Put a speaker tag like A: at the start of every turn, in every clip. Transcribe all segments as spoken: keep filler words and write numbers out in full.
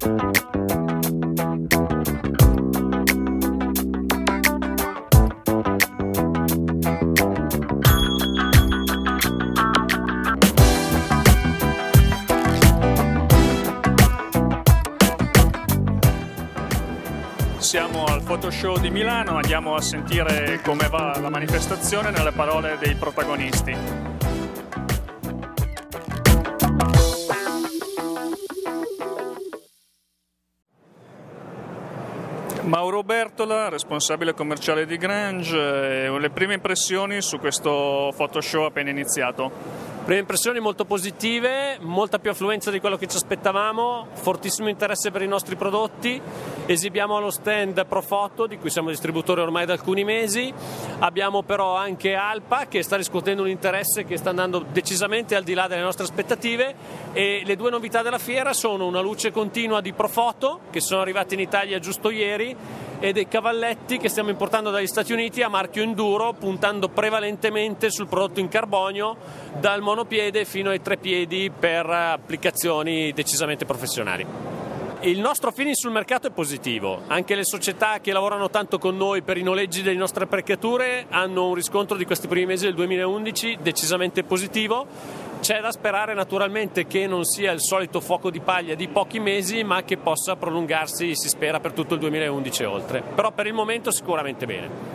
A: Siamo al Photoshow di Milano, andiamo a sentire come va la manifestazione nelle parole dei protagonisti. Mauro Bertola, responsabile commerciale di Grange, le prime impressioni su questo Photoshow appena iniziato?
B: Prime impressioni molto positive, molta più affluenza di quello che ci aspettavamo, fortissimo interesse per i nostri prodotti. Esibiamo allo stand Profoto, di cui siamo distributori ormai da alcuni mesi. Abbiamo però anche Alpa, che sta riscuotendo un interesse che sta andando decisamente al di là delle nostre aspettative, e le due novità della fiera sono una luce continua di Profoto, che sono arrivati in Italia giusto ieri, e dei cavalletti che stiamo importando dagli Stati Uniti a marchio enduro, puntando prevalentemente sul prodotto in carbonio, dal monopiede fino ai tre piedi per applicazioni decisamente professionali. Il nostro feeling sul mercato è positivo, anche le società che lavorano tanto con noi per i noleggi delle nostre apparecchiature hanno un riscontro di questi primi mesi del duemilaundici decisamente positivo. C'è da sperare naturalmente che non sia il solito fuoco di paglia di pochi mesi, ma che possa prolungarsi, si spera, per tutto il duemilaundici e oltre. Però per il momento sicuramente bene.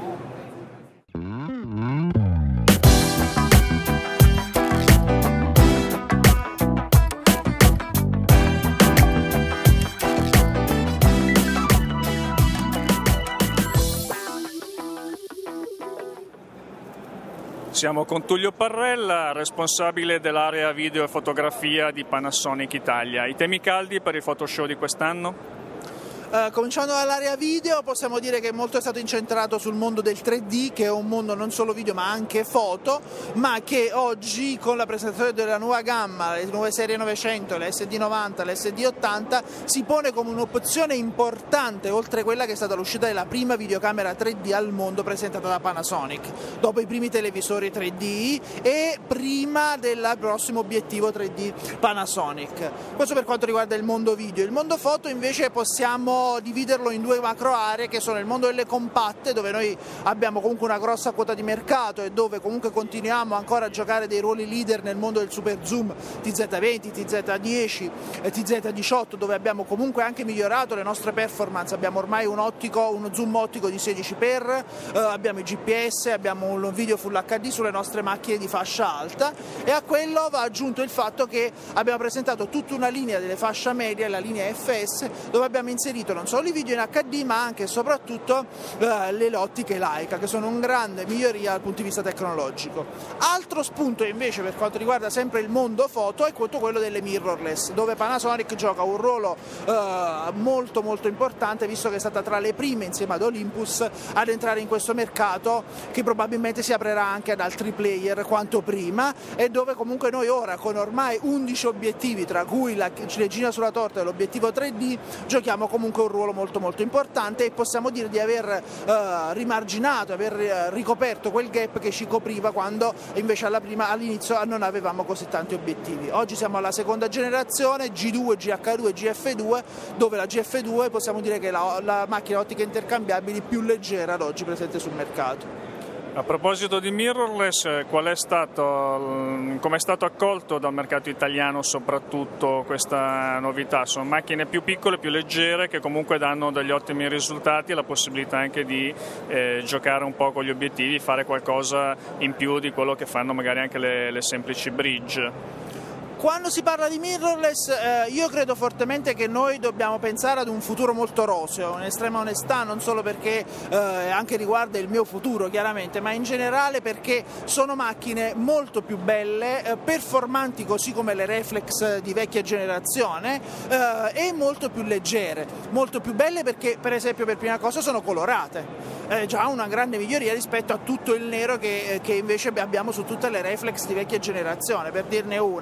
A: Siamo con Tullio Parrella, responsabile dell'area video e fotografia di Panasonic Italia. I temi caldi per il Photoshow di quest'anno?
C: Uh, cominciando dall'area video, possiamo dire che molto è stato incentrato sul mondo del tre D, che è un mondo non solo video ma anche foto, ma che oggi con la presentazione della nuova gamma, le nuove serie novecento, le S D novanta, le S D ottanta, si pone come un'opzione importante oltre quella che è stata l'uscita della prima videocamera tre D al mondo presentata da Panasonic, dopo i primi televisori tre D e prima del prossimo obiettivo tre D Panasonic. Questo per quanto riguarda il mondo video. Il mondo foto invece possiamo dividerlo in due macro aree, che sono il mondo delle compatte, dove noi abbiamo comunque una grossa quota di mercato e dove comunque continuiamo ancora a giocare dei ruoli leader nel mondo del super zoom T Z venti, T Z dieci e T Z diciotto, dove abbiamo comunque anche migliorato le nostre performance. Abbiamo ormai un ottico, uno zoom ottico di sedici per, eh, abbiamo i G P S, abbiamo un video full H D sulle nostre macchine di fascia alta, e a quello va aggiunto il fatto che abbiamo presentato tutta una linea delle fascia media, la linea F S, dove abbiamo inserito non solo i video in H D ma anche e soprattutto eh, le ottiche Leica, che sono un grande miglioria dal punto di vista tecnologico. Altro spunto invece per quanto riguarda sempre il mondo foto è tutto quello delle mirrorless, dove Panasonic gioca un ruolo eh, molto molto importante, visto che è stata tra le prime insieme ad Olympus ad entrare in questo mercato, che probabilmente si aprirà anche ad altri player quanto prima, e dove comunque noi ora con ormai undici obiettivi, tra cui la ciliegina sulla torta e l'obiettivo tre D, giochiamo comunque un ruolo molto molto importante, e possiamo dire di aver eh, rimarginato, aver eh, ricoperto quel gap che ci copriva quando invece alla prima, all'inizio non avevamo così tanti obiettivi. Oggi siamo alla seconda generazione, G due, G H due, G F due, dove la G F due possiamo dire che è la, la macchina ottica intercambiabile più leggera ad oggi presente sul mercato.
A: A proposito di mirrorless, qual è stato, come è stato accolto dal mercato italiano soprattutto questa novità? Sono macchine più piccole, più leggere, che comunque danno degli ottimi risultati e la possibilità anche di eh, giocare un po' con gli obiettivi, fare qualcosa in più di quello che fanno magari anche le, le semplici bridge.
C: Quando si parla di mirrorless eh, io credo fortemente che noi dobbiamo pensare ad un futuro molto roseo, in estrema onestà, non solo perché eh, anche riguarda il mio futuro chiaramente, ma in generale perché sono macchine molto più belle, eh, performanti così come le reflex di vecchia generazione eh, e molto più leggere, molto più belle perché per esempio per prima cosa sono colorate. È già una grande miglioria rispetto a tutto il nero che, che invece abbiamo su tutte le reflex di vecchia generazione, per dirne una.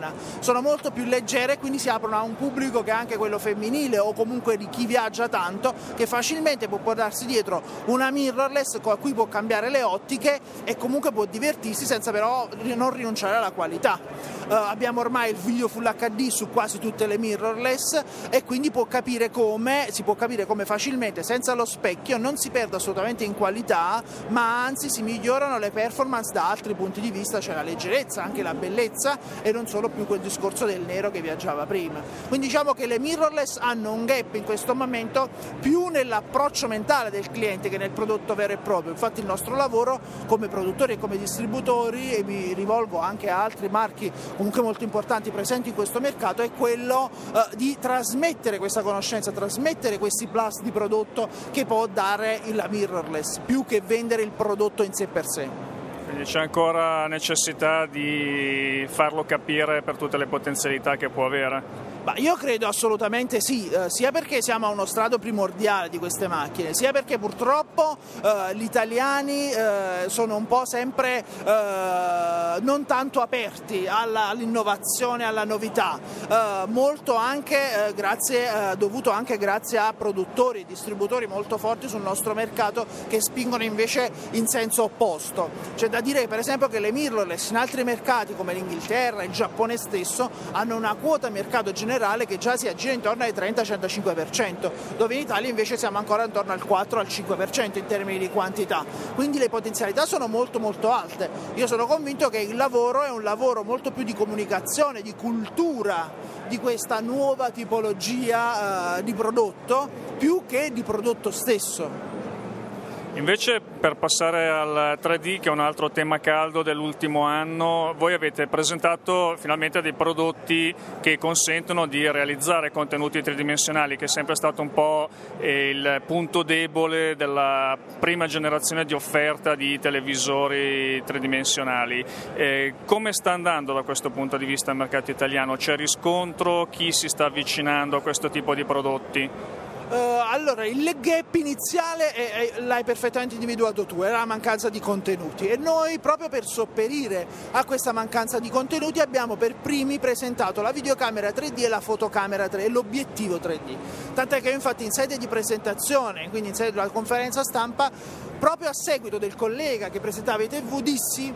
C: sono molto più leggere e quindi si aprono a un pubblico che è anche quello femminile o comunque di chi viaggia tanto, che facilmente può portarsi dietro una mirrorless a cui può cambiare le ottiche e comunque può divertirsi senza però non rinunciare alla qualità. Uh, abbiamo ormai il video Full acca di su quasi tutte le mirrorless e quindi può capire come, si può capire come facilmente senza lo specchio non si perde assolutamente in qualità, ma anzi si migliorano le performance da altri punti di vista, cioè la leggerezza, anche la bellezza e non solo più quel discorso del nero che viaggiava prima. Quindi diciamo che le mirrorless hanno un gap in questo momento più nell'approccio mentale del cliente che nel prodotto vero e proprio. Infatti il nostro lavoro come produttori e come distributori, e mi rivolgo anche a altri marchi comunque molto importanti presenti in questo mercato, è quello eh, di trasmettere questa conoscenza, trasmettere questi plus di prodotto che può dare la mirrorless, più che vendere il prodotto in sé per sé.
A: Quindi c'è ancora necessità di farlo capire per tutte le potenzialità che può avere?
C: Ma io credo assolutamente sì, eh, sia perché siamo a uno strato primordiale di queste macchine, sia perché purtroppo eh, gli italiani eh, sono un po' sempre eh, non tanto aperti alla, all'innovazione, alla novità, eh, molto anche eh, grazie, eh, dovuto anche grazie a produttori e distributori molto forti sul nostro mercato che spingono invece in senso opposto. C'è da dire per esempio che le mirrorless in altri mercati come l'Inghilterra, il Giappone stesso, hanno una quota mercato generale che già si aggira intorno ai trenta trentacinque per cento, dove in Italia invece siamo ancora intorno al quattro al cinque per cento in termini di quantità, quindi le potenzialità sono molto molto alte. Io sono convinto che il lavoro è un lavoro molto più di comunicazione, di cultura di questa nuova tipologia uh, di prodotto, più che di prodotto stesso.
A: Invece, per passare al tre D, che è un altro tema caldo dell'ultimo anno, voi avete presentato finalmente dei prodotti che consentono di realizzare contenuti tridimensionali, che è sempre stato un po' il punto debole della prima generazione di offerta di televisori tridimensionali. Eh, come sta andando da questo punto di vista il mercato italiano? C'è riscontro? Chi si sta avvicinando a questo tipo di prodotti?
C: Uh, allora, il gap iniziale è, è, l'hai perfettamente individuato tu, era la mancanza di contenuti e noi proprio per sopperire a questa mancanza di contenuti abbiamo per primi presentato la videocamera tre D e la fotocamera tre D e l'obiettivo tre D, tant'è che infatti in sede di presentazione, quindi in sede della conferenza stampa, proprio a seguito del collega che presentava i tivù dissi: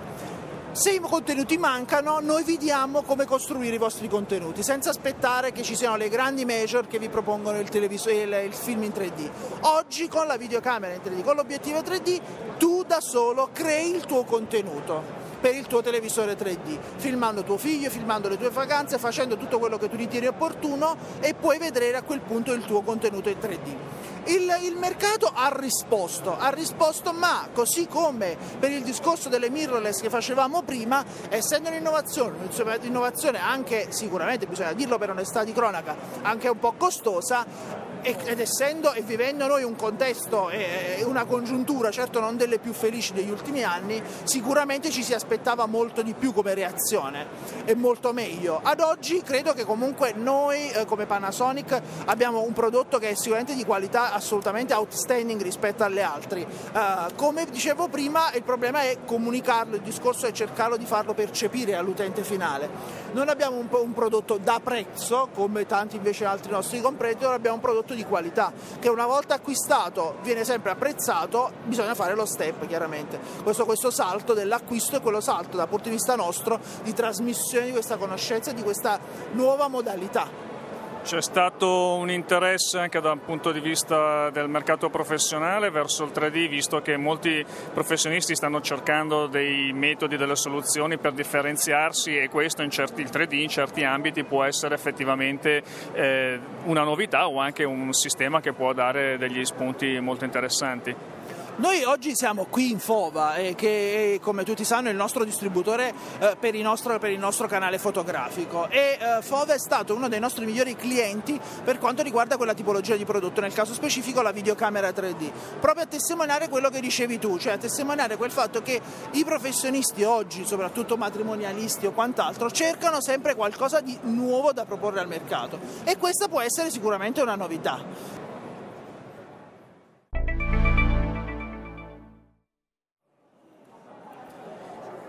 C: se i contenuti mancano, noi vi diamo come costruire i vostri contenuti, senza aspettare che ci siano le grandi major che vi propongono il, televisore, il, il film in tre D. Oggi con la videocamera in tre D, con l'obiettivo tre D, tu da solo crei il tuo contenuto per il tuo televisore tre D, filmando tuo figlio, filmando le tue vacanze, facendo tutto quello che tu ritieni opportuno e puoi vedere a quel punto il tuo contenuto in tre D. Il, il mercato ha risposto, ha risposto, ma così come per il discorso delle mirrorless che facevamo prima, essendo un'innovazione, un'innovazione anche sicuramente, bisogna dirlo per onestà di cronaca, anche un po' costosa, ed essendo e vivendo noi un contesto e una congiuntura certo non delle più felici degli ultimi anni, sicuramente ci si aspettava molto di più come reazione e molto meglio. Ad oggi credo che comunque noi eh, come Panasonic abbiamo un prodotto che è sicuramente di qualità assolutamente outstanding rispetto alle altre. Uh, come dicevo prima, il problema è comunicarlo, il discorso è cercarlo di farlo percepire all'utente finale. Non abbiamo un, un prodotto da prezzo come tanti invece altri nostri competitor, abbiamo un prodotto di qualità che una volta acquistato viene sempre apprezzato, bisogna fare lo step chiaramente, questo, questo salto dell'acquisto e quello salto dal punto di vista nostro di trasmissione di questa conoscenza e di questa nuova modalità.
A: C'è stato un interesse anche dal punto di vista del mercato professionale verso il tre D, visto che molti professionisti stanno cercando dei metodi, delle soluzioni per differenziarsi, e questo in certi, il tre D in certi ambiti può essere effettivamente eh, una novità o anche un sistema che può dare degli spunti molto interessanti.
C: Noi oggi siamo qui in Fova, eh, che è, come tutti sanno, è il nostro distributore eh, per, il nostro, per il nostro canale fotografico, e eh, Fova è stato uno dei nostri migliori clienti per quanto riguarda quella tipologia di prodotto, nel caso specifico la videocamera tre D, proprio a testimoniare quello che dicevi tu, cioè a testimoniare quel fatto che i professionisti oggi, soprattutto matrimonialisti o quant'altro, cercano sempre qualcosa di nuovo da proporre al mercato, e questa può essere sicuramente una novità.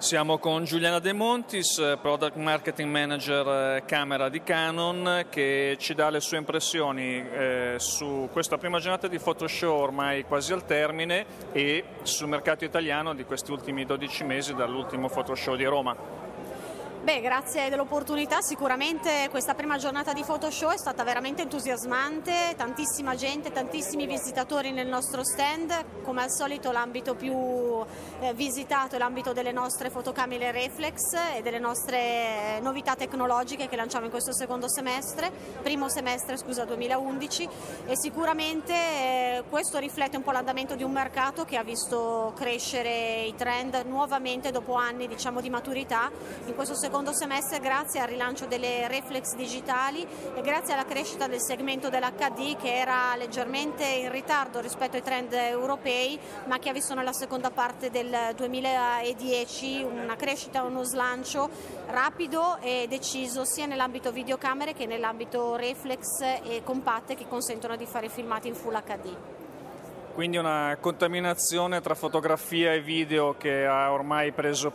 A: Siamo con Giuliana De Montis, Product Marketing Manager Camera di Canon, che ci dà le sue impressioni eh, su questa prima giornata di Photoshow ormai quasi al termine e sul mercato italiano di questi ultimi dodici mesi dall'ultimo Photoshow di Roma.
D: Beh, grazie dell'opportunità, sicuramente questa prima giornata di Photoshow è stata veramente entusiasmante, tantissima gente, tantissimi visitatori nel nostro stand, come al solito l'ambito più eh, visitato è l'ambito delle nostre fotocamere reflex e delle nostre novità tecnologiche che lanciamo in questo secondo semestre, primo semestre scusa duemilaundici, e sicuramente eh, questo riflette un po' l'andamento di un mercato che ha visto crescere i trend nuovamente dopo anni diciamo di maturità in questo secondo secondo semestre grazie al rilancio delle reflex digitali e grazie alla crescita del segmento dell'H D che era leggermente in ritardo rispetto ai trend europei, ma che ha visto nella seconda parte del duemiladieci una crescita, uno slancio rapido e deciso sia nell'ambito videocamere che nell'ambito reflex e compatte che consentono di fare filmati in Full H D.
A: Quindi una contaminazione tra fotografia e video che ha ormai preso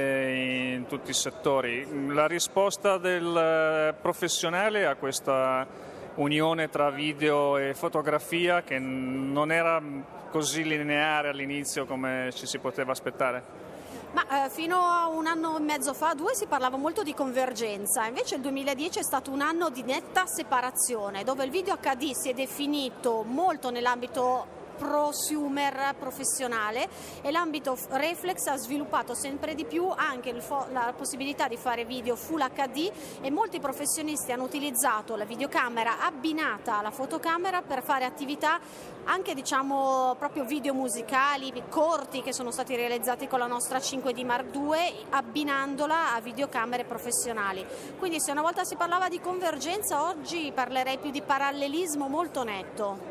A: piede in tutti i settori. La risposta del professionale a questa unione tra video e fotografia, che non era così lineare all'inizio come ci si poteva aspettare?
D: Ma eh, fino a un anno e mezzo fa, due, si parlava molto di convergenza, invece il duemiladieci è stato un anno di netta separazione, dove il video H D si è definito molto nell'ambito prosumer professionale e l'ambito reflex ha sviluppato sempre di più anche il la possibilità di fare video Full H D e molti professionisti hanno utilizzato la videocamera abbinata alla fotocamera per fare attività anche diciamo proprio video musicali corti che sono stati realizzati con la nostra cinque D Mark due abbinandola a videocamere professionali. Quindi se una volta si parlava di convergenza, oggi parlerei più di parallelismo molto netto.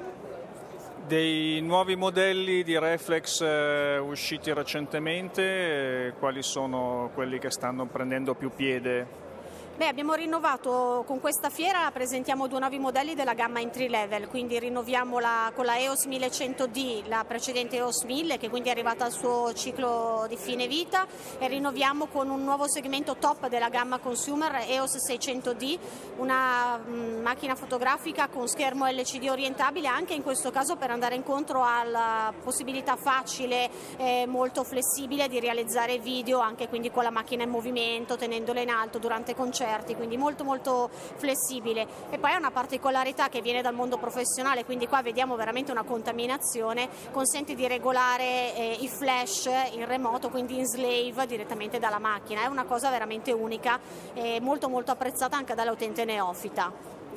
A: Dei nuovi modelli di reflex eh, usciti recentemente, eh, quali sono quelli che stanno prendendo più piede?
D: Beh, abbiamo rinnovato con questa fiera, presentiamo due nuovi modelli della gamma entry level, quindi rinnoviamo la, con la E O S millecento D, la precedente E O S mille che quindi è arrivata al suo ciclo di fine vita, e rinnoviamo con un nuovo segmento top della gamma consumer E O S seicento D, una mh, macchina fotografica con schermo L C D orientabile anche in questo caso per andare incontro alla possibilità facile e molto flessibile di realizzare video anche quindi con la macchina in movimento, tenendola in alto durante concerti, quindi molto molto flessibile. E poi è una particolarità che viene dal mondo professionale, quindi qua vediamo veramente una contaminazione, consente di regolare eh, i flash in remoto, quindi in slave direttamente dalla macchina, è una cosa veramente unica e molto molto apprezzata anche dall'utente neofita.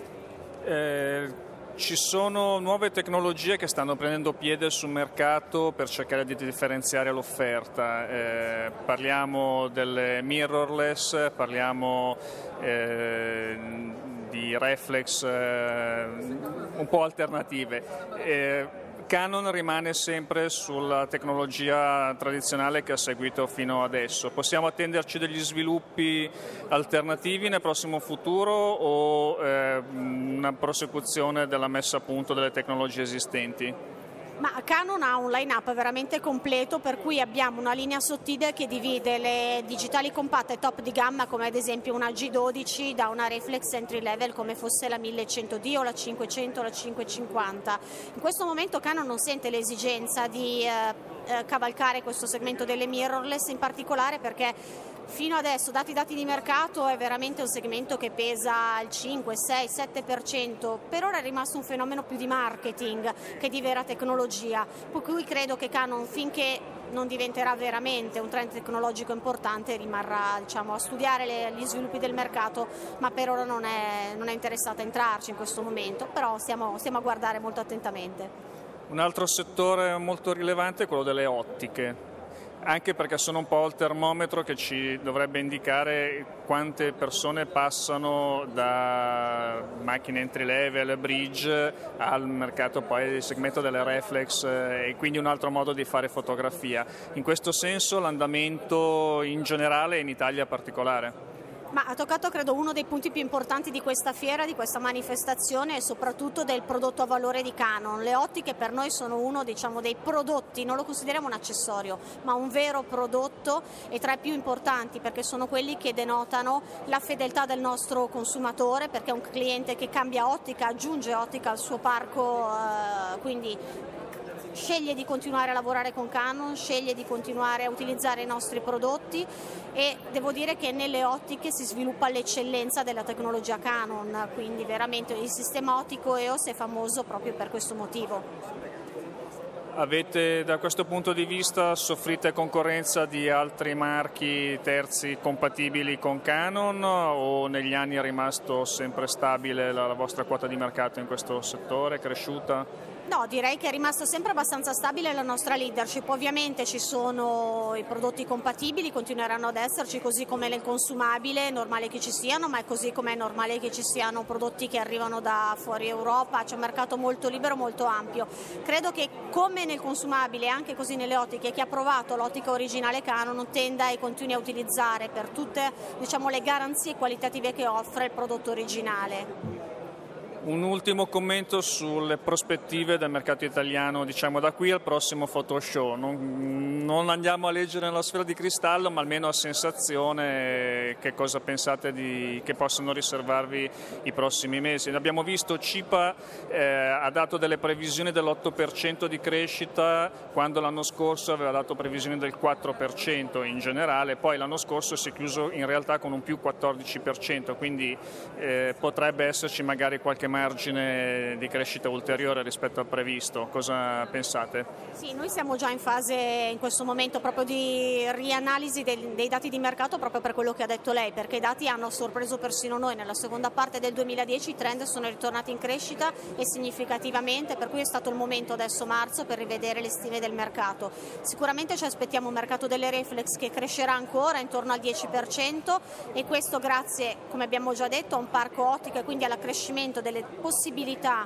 A: Eh... Ci sono nuove tecnologie che stanno prendendo piede sul mercato per cercare di differenziare l'offerta. Eh, parliamo delle mirrorless, parliamo eh, di reflex eh, un po' alternative. Eh, Canon rimane sempre sulla tecnologia tradizionale che ha seguito fino adesso. Possiamo attenderci degli sviluppi alternativi nel prossimo futuro o eh, una prosecuzione della messa a punto delle tecnologie esistenti?
D: Ma Canon ha un line-up veramente completo, per cui abbiamo una linea sottile che divide le digitali compatte top di gamma come ad esempio una G dodici da una reflex entry level come fosse la millecento D o la cinquecento o la cinquecentocinquanta. In questo momento Canon non sente l'esigenza di eh, eh, cavalcare questo segmento delle mirrorless, in particolare perché fino adesso, dati i dati di mercato, è veramente un segmento che pesa il cinque, sei, sette per cento. Per ora è rimasto un fenomeno più di marketing che di vera tecnologia, per cui credo che Canon, finché non diventerà veramente un trend tecnologico importante, rimarrà diciamo, a studiare le, gli sviluppi del mercato, ma per ora non è, non è interessata a entrarci in questo momento, però stiamo, stiamo a guardare molto attentamente.
A: Un altro settore molto rilevante è quello delle ottiche, anche perché sono un po' il termometro che ci dovrebbe indicare quante persone passano da macchine entry level, bridge, al mercato poi del segmento delle reflex e quindi un altro modo di fare fotografia. In questo senso l'andamento in generale in Italia è particolare.
D: Ma ha toccato credo uno dei punti più importanti di questa fiera, di questa manifestazione e soprattutto del prodotto a valore di Canon. Le ottiche per noi sono uno diciamo, dei prodotti, non lo consideriamo un accessorio, ma un vero prodotto e tra i più importanti perché sono quelli che denotano la fedeltà del nostro consumatore, perché è un cliente che cambia ottica, aggiunge ottica al suo parco, eh, quindi sceglie di continuare a lavorare con Canon, sceglie di continuare a utilizzare i nostri prodotti e devo dire che nelle ottiche si sviluppa l'eccellenza della tecnologia Canon, quindi veramente il sistema ottico E O S è famoso proprio per questo motivo.
A: Avete da questo punto di vista soffrite concorrenza di altri marchi terzi compatibili con Canon o negli anni è rimasto sempre stabile la, la vostra quota di mercato in questo settore, è cresciuta?
D: No, direi che è rimasto sempre abbastanza stabile la nostra leadership. Ovviamente ci sono i prodotti compatibili, continueranno ad esserci, così come nel consumabile, è normale che ci siano, ma è così come è normale che ci siano prodotti che arrivano da fuori Europa, c'è un mercato molto libero, molto ampio. Credo che come nel consumabile, anche così nelle ottiche, chi ha provato l'ottica originale Canon tenda e continui a utilizzare per tutte diciamo, le garanzie qualitative che offre il prodotto originale.
A: Un ultimo commento sulle prospettive del mercato italiano, diciamo da qui al prossimo Photoshow. Non, non andiamo a leggere nella sfera di cristallo, ma almeno a sensazione che cosa pensate di, che possano riservarvi i prossimi mesi. Abbiamo visto Cipa eh, ha dato delle previsioni dell'otto per cento di crescita quando l'anno scorso aveva dato previsioni del quattro per cento in generale, poi l'anno scorso si è chiuso in realtà con un più quattordici per cento, quindi eh, potrebbe esserci magari qualche margine di crescita ulteriore rispetto al previsto. Cosa pensate?
D: Sì, noi siamo già in fase in questo momento proprio di rianalisi dei, dei dati di mercato proprio per quello che ha detto lei, perché i dati hanno sorpreso persino noi. Nella seconda parte del duemiladieci i trend sono ritornati in crescita e significativamente, per cui è stato il momento adesso marzo per rivedere le stime del mercato. Sicuramente ci aspettiamo un mercato delle reflex che crescerà ancora intorno al dieci per cento e questo grazie, come abbiamo già detto, a un parco ottico e quindi all'accrescimento delle possibilità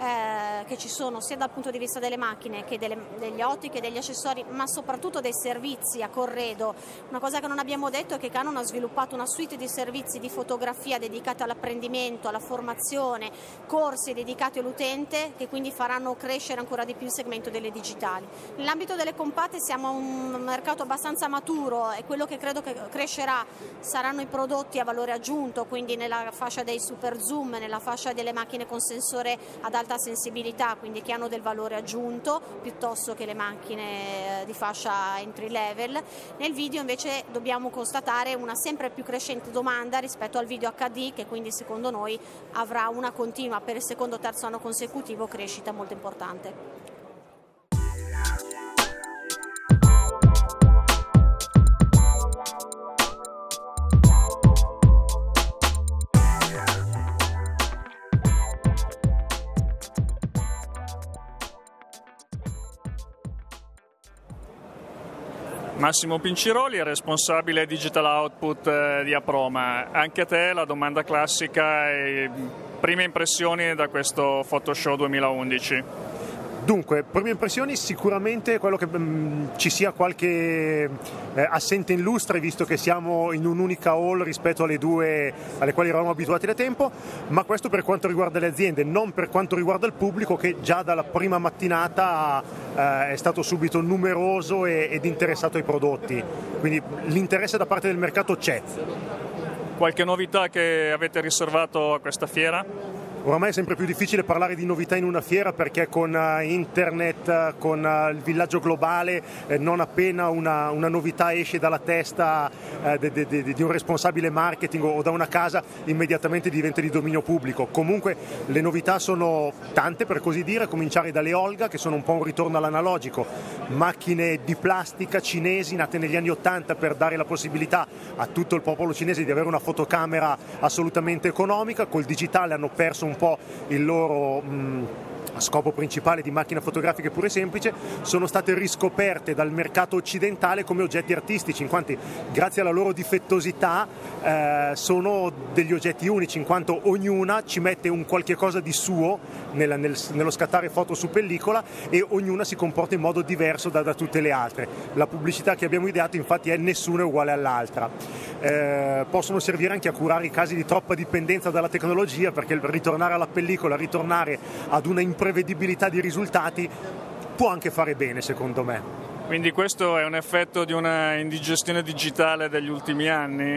D: eh, che ci sono sia dal punto di vista delle macchine che delle, degli ottiche, degli accessori, ma soprattutto dei servizi a corredo. Una cosa che non abbiamo detto è che Canon ha sviluppato una suite di servizi di fotografia dedicati all'apprendimento, alla formazione, corsi dedicati all'utente che quindi faranno crescere ancora di più il segmento delle digitali. Nell'ambito delle compatte siamo a un mercato abbastanza maturo e quello che credo che crescerà saranno i prodotti a valore aggiunto, quindi nella fascia dei super zoom, nella fascia delle macchine con sensore ad alta sensibilità, quindi che hanno del valore aggiunto piuttosto che le macchine di fascia entry level. Nel video invece dobbiamo constatare una sempre più crescente domanda rispetto al video acca di, che quindi secondo noi avrà una continua per il secondo o terzo anno consecutivo crescita molto importante.
A: Massimo Pinciroli, responsabile Digital Output di Aproma. Anche a te la domanda classica e prime impressioni da questo Photoshow duemilaundici.
E: Dunque, prime impressioni, sicuramente quello che mh, ci sia qualche eh, assente in lustre, visto che siamo in un'unica hall rispetto alle due alle quali eravamo abituati da tempo, ma questo per quanto riguarda le aziende, non per quanto riguarda il pubblico che già dalla prima mattinata eh, è stato subito numeroso e, ed interessato ai prodotti, quindi l'interesse da parte del mercato c'è.
A: Qualche novità che avete riservato a questa fiera?
E: Oramai è sempre più difficile parlare di novità in una fiera perché con internet, con il villaggio globale, non appena una, una novità esce dalla testa eh, de, de, de, di un responsabile marketing o da una casa immediatamente diventa di dominio pubblico. Comunque le novità sono tante, per così dire, a cominciare dalle Olga, che sono un po' un ritorno all'analogico, macchine di plastica cinesi nate negli anni ottanta per dare la possibilità a tutto il popolo cinese di avere una fotocamera assolutamente economica. Col digitale hanno perso un un po' il loro, mh, a scopo principale di macchina fotografica pura e semplice, sono state riscoperte dal mercato occidentale come oggetti artistici, in quanto grazie alla loro difettosità eh, sono degli oggetti unici, in quanto ognuna ci mette un qualche cosa di suo nel, nel, nello scattare foto su pellicola, e ognuna si comporta in modo diverso da, da tutte le altre. La pubblicità che abbiamo ideato infatti è nessuna è uguale all'altra. Eh, possono servire anche a curare i casi di troppa dipendenza dalla tecnologia, perché ritornare alla pellicola, ritornare ad una imprevedibilità di risultati può anche fare bene, secondo me.
A: Quindi questo è un effetto di una indigestione digitale degli ultimi anni?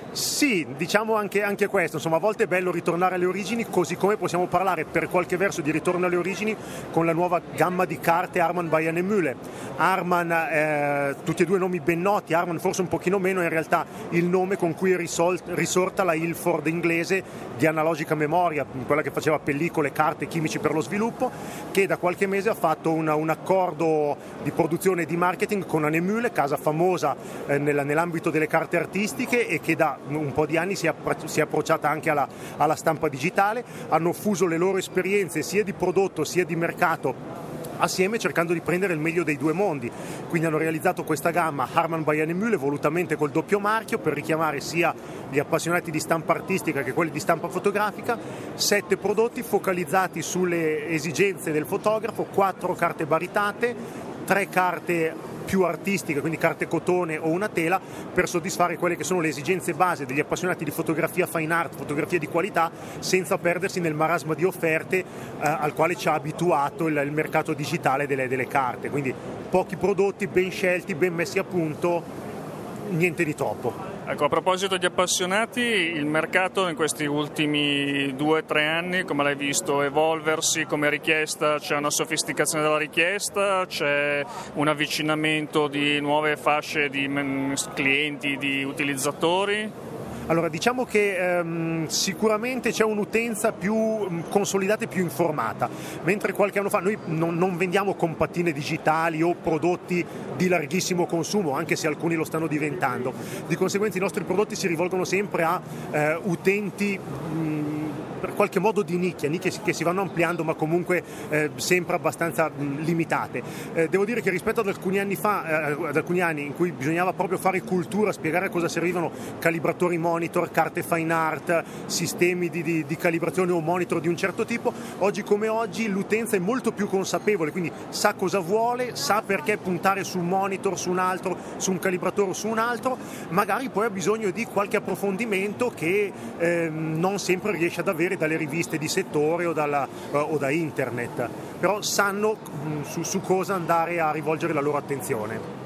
E: Sì, diciamo anche, anche questo, insomma a volte è bello ritornare alle origini, così come possiamo parlare per qualche verso di ritorno alle origini con la nuova gamma di carte Harman by Hahnemühle. Harman, eh, tutti e due nomi ben noti, Harman forse un pochino meno, in realtà il nome con cui è risol- risorta la Ilford inglese di analogica memoria, quella che faceva pellicole, carte, chimici per lo sviluppo, che da qualche mese ha fatto una, un accordo di produzione e di marketing con Hahnemühle, casa famosa eh, nella, nell'ambito delle carte artistiche, e che da un po' di anni si è, si è approcciata anche alla, alla stampa digitale. Hanno fuso le loro esperienze sia di prodotto sia di mercato assieme, cercando di prendere il meglio dei due mondi. Quindi hanno realizzato questa gamma Harman by Hahnemühle volutamente col doppio marchio per richiamare sia gli appassionati di stampa artistica che quelli di stampa fotografica. Sette prodotti focalizzati sulle esigenze del fotografo, quattro carte baritate, tre carte più artistiche, quindi carte cotone o una tela, per soddisfare quelle che sono le esigenze base degli appassionati di fotografia fine art, fotografia di qualità, senza perdersi nel marasma di offerte eh, al quale ci ha abituato il, il mercato digitale delle, delle carte. Quindi pochi prodotti, ben scelti, ben messi a punto, niente di troppo.
A: Ecco, a proposito di appassionati, il mercato in questi ultimi due o tre anni, come l'hai visto evolversi come richiesta? C'è una sofisticazione della richiesta, c'è un avvicinamento di nuove fasce di clienti, di utilizzatori?
E: Allora, diciamo che ehm, sicuramente c'è un'utenza più mh, consolidata e più informata, mentre qualche anno fa noi non, non vendiamo compattine digitali o prodotti di larghissimo consumo, anche se alcuni lo stanno diventando. Di conseguenza i nostri prodotti si rivolgono sempre a eh, utenti mh, per qualche modo di nicchia, nicchie che si vanno ampliando ma comunque eh, sempre abbastanza mh, limitate. Eh, devo dire che rispetto ad alcuni anni fa, eh, ad alcuni anni in cui bisognava proprio fare cultura, spiegare a cosa servivano calibratori monitor, carte fine art, sistemi di, di, di calibrazione o monitor di un certo tipo, oggi come oggi l'utenza è molto più consapevole, quindi sa cosa vuole, sa perché puntare su un monitor, su un altro, su un calibratore o su un altro, magari poi ha bisogno di qualche approfondimento che eh, non sempre riesce ad avere dalle riviste di settore o, dalla, o da internet, però sanno mh, su, su cosa andare a rivolgere la loro attenzione.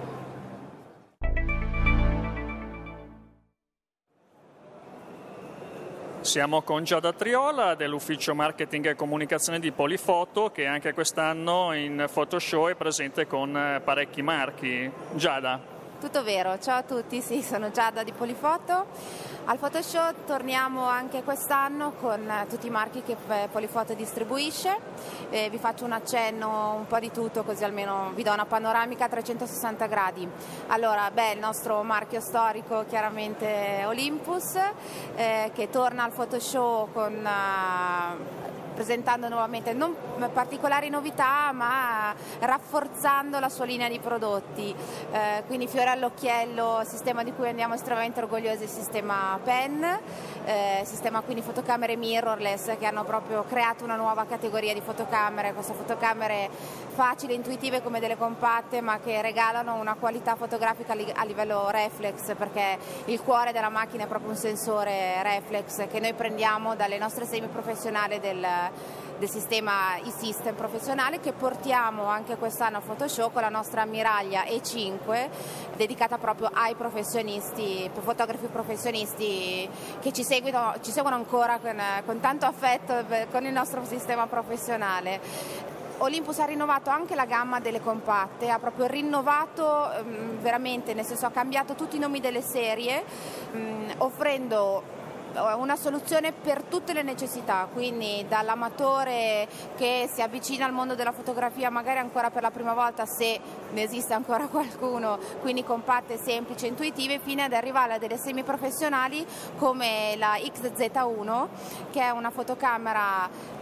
A: Siamo con Giada Triola dell'ufficio marketing e comunicazione di Polifoto, che anche quest'anno in Photoshow è presente con parecchi marchi. Giada.
F: Tutto vero, ciao a tutti, sì, sono Giada di Polifoto. Al Photoshow torniamo anche quest'anno con tutti i marchi che Polifoto distribuisce. Eh, vi faccio un accenno un po' di tutto, così almeno vi do una panoramica a trecentosessanta gradi. Allora, beh, il nostro marchio storico chiaramente Olympus, eh, che torna al Photoshow con... Uh, presentando nuovamente non particolari novità, ma rafforzando la sua linea di prodotti, eh, quindi fiore all'occhiello, sistema di cui andiamo estremamente orgogliosi, il sistema Pen, eh, sistema quindi fotocamere mirrorless, che hanno proprio creato una nuova categoria di fotocamere, queste fotocamere facili, intuitive come delle compatte, ma che regalano una qualità fotografica a livello reflex, perché il cuore della macchina è proprio un sensore reflex che noi prendiamo dalle nostre semi professionali del del sistema e-system professionale, che portiamo anche quest'anno a Photoshow con la nostra ammiraglia E cinque, dedicata proprio ai professionisti, fotografi professionisti che ci seguono, ci seguono ancora con, con tanto affetto con il nostro sistema professionale. Olympus ha rinnovato anche la gamma delle compatte, ha proprio rinnovato um, veramente, nel senso ha cambiato tutti i nomi delle serie, um, offrendo una soluzione per tutte le necessità, quindi dall'amatore che si avvicina al mondo della fotografia magari ancora per la prima volta, se ne esiste ancora qualcuno, quindi compatte, semplici, intuitive, fino ad arrivare a delle semiprofessionali come la X Z uno, che è una fotocamera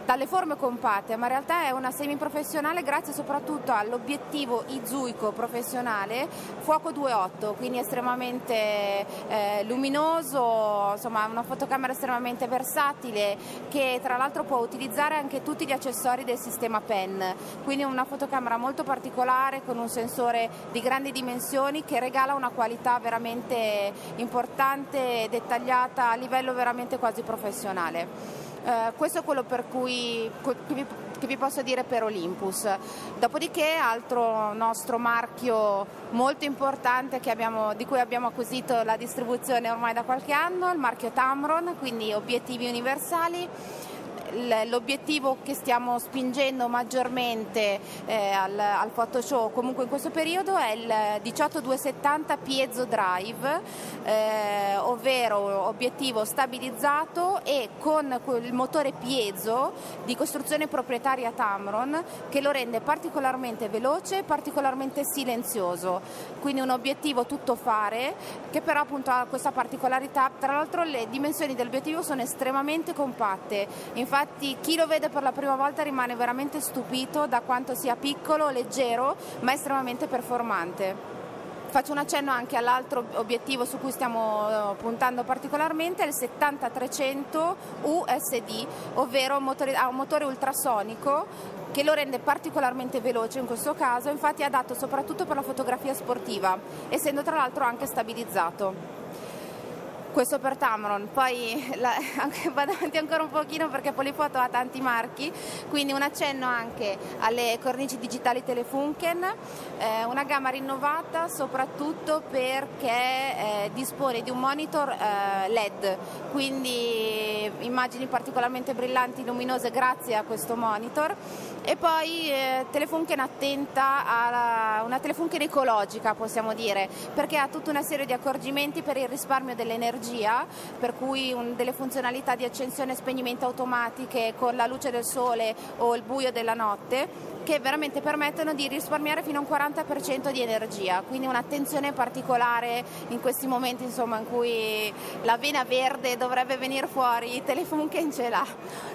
F: dalle forme compatte, ma in realtà è una semiprofessionale grazie soprattutto all'obiettivo Izuiko professionale fuoco due virgola otto, quindi estremamente eh, luminoso, insomma una fotocamera estremamente versatile che tra l'altro può utilizzare anche tutti gli accessori del sistema PEN, quindi una fotocamera molto particolare con un sensore di grandi dimensioni che regala una qualità veramente importante e dettagliata a livello veramente quasi professionale. Uh, questo è quello per cui che vi, che vi posso dire per Olympus. Dopodiché altro nostro marchio molto importante che abbiamo, di cui abbiamo acquisito la distribuzione ormai da qualche anno, il marchio Tamron, quindi obiettivi universali. L'obiettivo che stiamo spingendo maggiormente eh, al, al Photoshow comunque in questo periodo è il diciotto duecentosettanta Piezo Drive, eh, ovvero obiettivo stabilizzato e con il motore piezo di costruzione proprietaria Tamron che lo rende particolarmente veloce e particolarmente silenzioso, quindi un obiettivo tuttofare che però appunto ha questa particolarità. Tra l'altro le dimensioni dell'obiettivo sono estremamente compatte, infatti Infatti chi lo vede per la prima volta rimane veramente stupito da quanto sia piccolo, leggero, ma estremamente performante. Faccio un accenno anche all'altro obiettivo su cui stiamo puntando particolarmente, il settanta trecento U S D, ovvero un motore, ha un motore ultrasonico che lo rende particolarmente veloce in questo caso, infatti è adatto soprattutto per la fotografia sportiva, essendo tra l'altro anche stabilizzato. Questo per Tamron, poi la, anche, vado avanti ancora un pochino perché Polyphoto ha tanti marchi, quindi un accenno anche alle cornici digitali Telefunken, eh, una gamma rinnovata soprattutto perché eh, dispone di un monitor eh, L E D, quindi immagini particolarmente brillanti, luminose grazie a questo monitor. E poi eh, Telefunken attenta a una Telefunken ecologica, possiamo dire, perché ha tutta una serie di accorgimenti per il risparmio dell'energia, per cui un, delle funzionalità di accensione e spegnimento automatiche con la luce del sole o il buio della notte, che veramente permettono di risparmiare fino a un quaranta per cento di energia, quindi un'attenzione particolare in questi momenti insomma, in cui la vena verde dovrebbe venire fuori, Telefunken ce l'ha.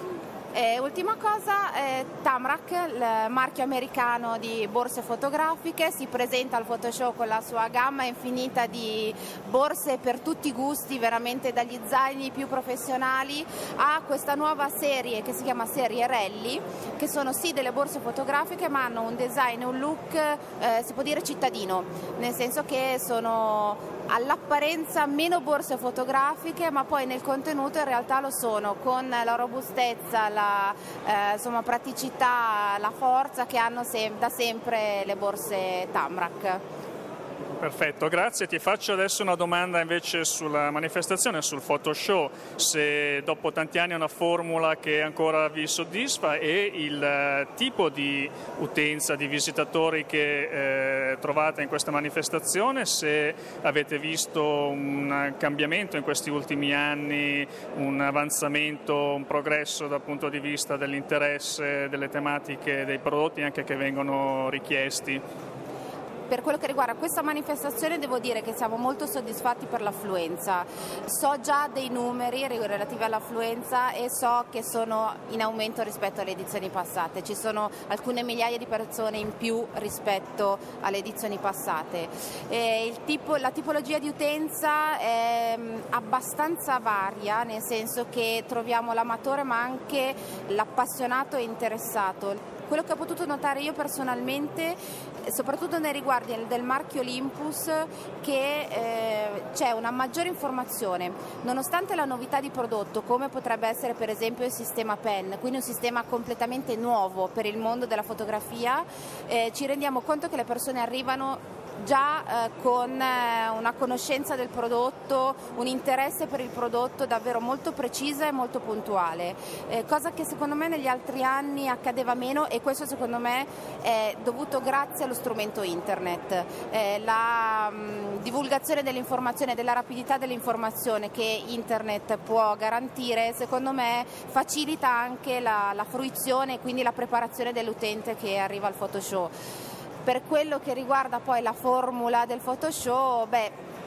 F: E ultima cosa, eh, Tamrac, il marchio americano di borse fotografiche, si presenta al Photoshow con la sua gamma infinita di borse per tutti i gusti, veramente dagli zaini più professionali a questa nuova serie che si chiama serie Rally, che sono sì delle borse fotografiche ma hanno un design e un look, eh, si può dire cittadino, nel senso che sono all'apparenza meno borse fotografiche ma poi nel contenuto in realtà lo sono, con la robustezza, la eh, insomma, praticità, la forza che hanno se- da sempre le borse Tamrac.
A: Perfetto, grazie. Ti faccio adesso una domanda invece sulla manifestazione, sul Photoshow, se dopo tanti anni è una formula che ancora vi soddisfa e il tipo di utenza, di visitatori che eh, trovate in questa manifestazione, se avete visto un cambiamento in questi ultimi anni, un avanzamento, un progresso dal punto di vista dell'interesse, delle tematiche, dei prodotti anche che vengono richiesti.
F: Per quello che riguarda questa manifestazione devo dire che siamo molto soddisfatti per l'affluenza. So già dei numeri relativi all'affluenza e so che sono in aumento rispetto alle edizioni passate. Ci sono alcune migliaia di persone in più rispetto alle edizioni passate. E il tipo, la tipologia di utenza è abbastanza varia, nel senso che troviamo l'amatore ma anche l'appassionato e interessato. Quello che ho potuto notare io personalmente, soprattutto nei riguardi del marchio Olympus, che eh, c'è una maggiore informazione, nonostante la novità di prodotto, come potrebbe essere per esempio il sistema PEN, quindi un sistema completamente nuovo per il mondo della fotografia, eh, ci rendiamo conto che le persone arrivano già eh, con eh, una conoscenza del prodotto, un interesse per il prodotto davvero molto precisa e molto puntuale, eh, cosa che secondo me negli altri anni accadeva meno, e questo secondo me è dovuto grazie allo strumento internet. Eh, la mh, divulgazione dell'informazione, della rapidità dell'informazione che internet può garantire, secondo me facilita anche la, la fruizione e quindi la preparazione dell'utente che arriva al Photoshow. Per quello che riguarda poi la formula del Photoshow, beh,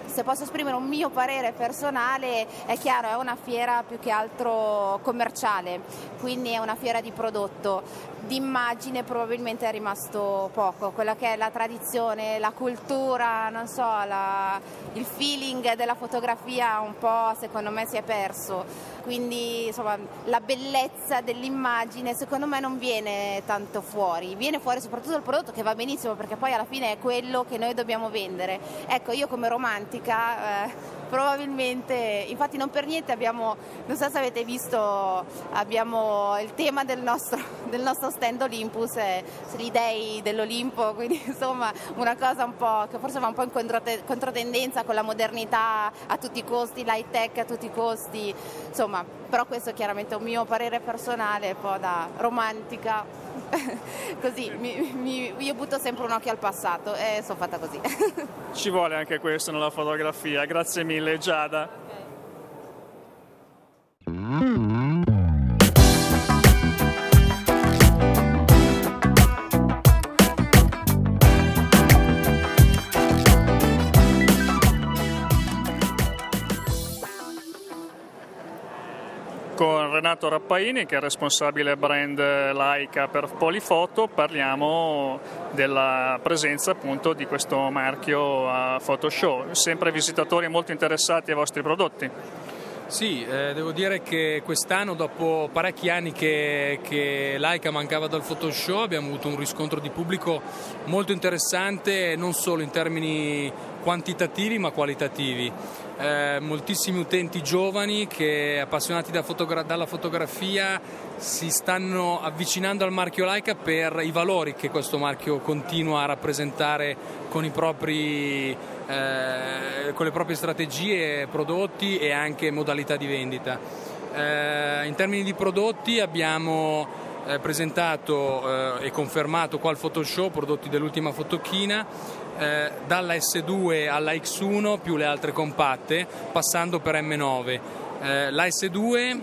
F: se posso esprimere un mio parere personale, è chiaro, è una fiera più che altro commerciale, quindi è una fiera di prodotto. D'immagine probabilmente è rimasto poco, quella che è la tradizione, la cultura, non so, la, il feeling della fotografia un po' secondo me si è perso, quindi insomma la bellezza dell'immagine secondo me non viene tanto fuori, viene fuori soprattutto il prodotto, che va benissimo perché poi alla fine è quello che noi dobbiamo vendere. Ecco, io come romantica eh, probabilmente, infatti non per niente abbiamo, non so se avete visto, abbiamo il tema del nostro, del nostro stand Olympus, è gli dei dell'Olimpo, quindi insomma una cosa un po' che forse va un po' in controte- controtendenza con la modernità a tutti i costi, l'high tech a tutti i costi, insomma, però questo è chiaramente un mio parere personale, un po' da romantica, così mi, mi, io butto sempre un occhio al passato e sono fatta così.
A: Ci vuole anche questo nella fotografia, grazie mille Giada. Con Renato Rappaini, che è responsabile brand Leica per Polifoto, parliamo della presenza appunto di questo marchio a Photoshow. Sempre visitatori molto interessati ai vostri prodotti.
G: Sì, eh, devo dire che quest'anno, dopo parecchi anni che, che Leica mancava dal Photoshow, abbiamo avuto un riscontro di pubblico molto interessante, non solo in termini quantitativi ma qualitativi. Eh, moltissimi utenti giovani che, appassionati da fotogra- dalla fotografia, si stanno avvicinando al marchio Leica per i valori che questo marchio continua a rappresentare con i propri eh, con le proprie strategie, prodotti e anche modalità di vendita. Eh, in termini di prodotti abbiamo eh, presentato eh, e confermato qua al Photoshow prodotti dell'ultima fotochina, Eh, dalla S due alla X uno più le altre compatte, passando per M nove. Eh, la S due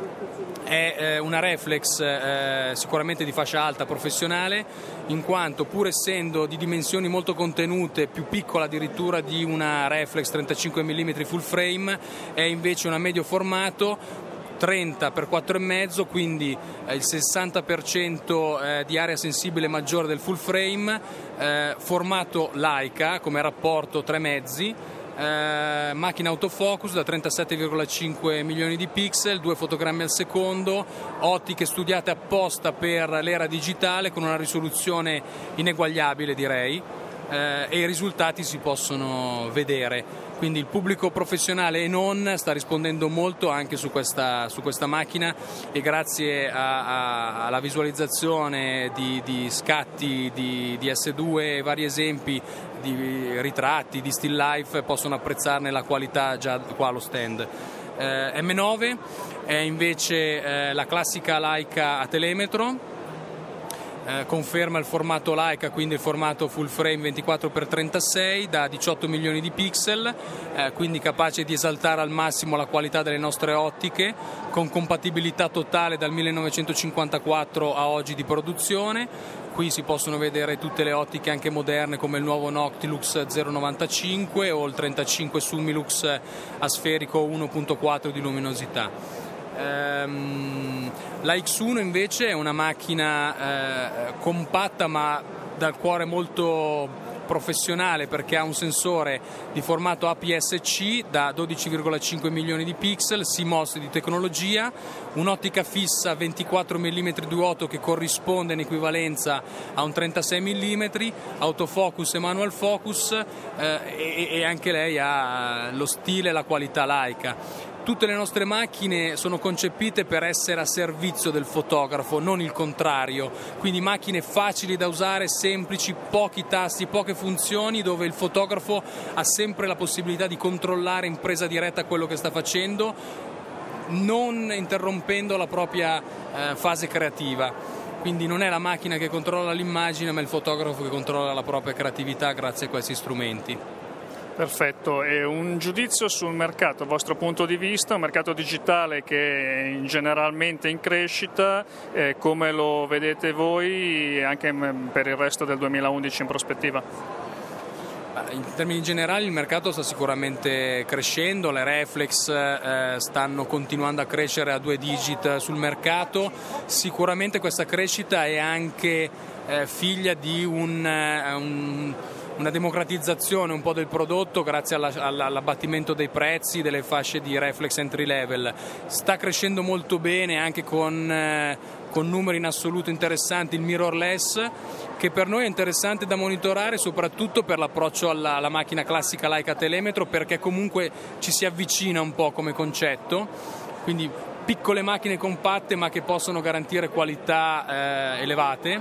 G: è eh, una reflex eh, sicuramente di fascia alta professionale, in quanto pur essendo di dimensioni molto contenute, più piccola addirittura di una reflex trentacinque millimetri full frame, è invece una medio formato trenta per quattro virgola cinque, quindi eh, il sessanta per cento eh, di area sensibile maggiore del full frame, eh, formato Leica come rapporto tre mezzi, eh, macchina autofocus da trentasette virgola cinque milioni di pixel, due fotogrammi al secondo, ottiche studiate apposta per l'era digitale con una risoluzione ineguagliabile, direi, eh, e i risultati si possono vedere. Quindi il pubblico professionale e non sta rispondendo molto anche su questa, su questa macchina, e grazie a, a, alla visualizzazione di, di scatti di, di S due e vari esempi di ritratti, di still life, possono apprezzarne la qualità già qua allo stand. Eh, M nove è invece eh, la classica Leica a telemetro. Eh, conferma il formato Leica, quindi il formato full frame ventiquattro per trentasei da diciotto milioni di pixel, eh, quindi capace di esaltare al massimo la qualità delle nostre ottiche, con compatibilità totale dal millenovecentocinquantaquattro a oggi di produzione. Qui si possono vedere tutte le ottiche anche moderne, come il nuovo Noctilux zero virgola novantacinque o il trentacinque Summilux asferico uno virgola quattro di luminosità. Um, la X uno invece è una macchina eh, compatta ma dal cuore molto professionale, perché ha un sensore di formato A P S C da dodici virgola cinque milioni di pixel, C M O S di tecnologia, un'ottica fissa ventiquattro millimetri duotto che corrisponde in equivalenza a un trentasei millimetri, autofocus e manual focus, eh, e, e anche lei ha lo stile e la qualità Leica. Tutte le nostre macchine sono concepite per essere a servizio del fotografo, non il contrario, quindi macchine facili da usare, semplici, pochi tasti, poche funzioni, dove il fotografo ha sempre la possibilità di controllare in presa diretta quello che sta facendo, non interrompendo la propria eh, fase creativa. Quindi non è la macchina che controlla l'immagine, ma il fotografo che controlla la propria creatività grazie a questi strumenti.
A: Perfetto, e un giudizio sul mercato, dal vostro punto di vista, un mercato digitale che è generalmente in crescita, eh, come lo vedete voi anche per il resto del duemilaundici in prospettiva?
G: In termini generali il mercato sta sicuramente crescendo, le reflex eh, stanno continuando a crescere a due digit sul mercato. Sicuramente questa crescita è anche eh, figlia di un, un una democratizzazione un po' del prodotto grazie alla, all'abbattimento dei prezzi delle fasce di reflex entry level. Sta crescendo molto bene anche con, eh, con numeri in assoluto interessanti il mirrorless, che per noi è interessante da monitorare soprattutto per l'approccio alla, alla macchina classica Leica telemetro, perché comunque ci si avvicina un po' come concetto, quindi piccole macchine compatte ma che possono garantire qualità eh, elevate.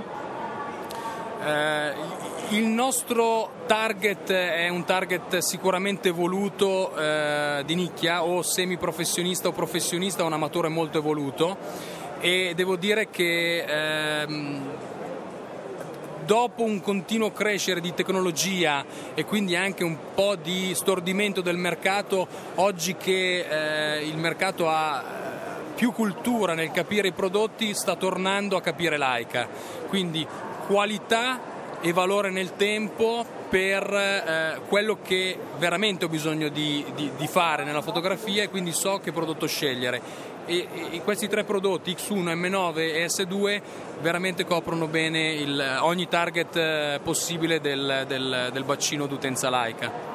G: Eh, Il nostro target è un target sicuramente evoluto eh, di nicchia, o semiprofessionista o professionista o un amatore molto evoluto, e devo dire che ehm, dopo un continuo crescere di tecnologia e quindi anche un po' di stordimento del mercato, oggi che eh, il mercato ha più cultura nel capire i prodotti, sta tornando a capire Leica, quindi qualità e valore nel tempo per eh, quello che veramente ho bisogno di, di, di fare nella fotografia, e quindi so che prodotto scegliere. E, e questi tre prodotti, X uno, M nove e S due, veramente coprono bene il, ogni target eh, possibile del, del, del bacino d'utenza Leica.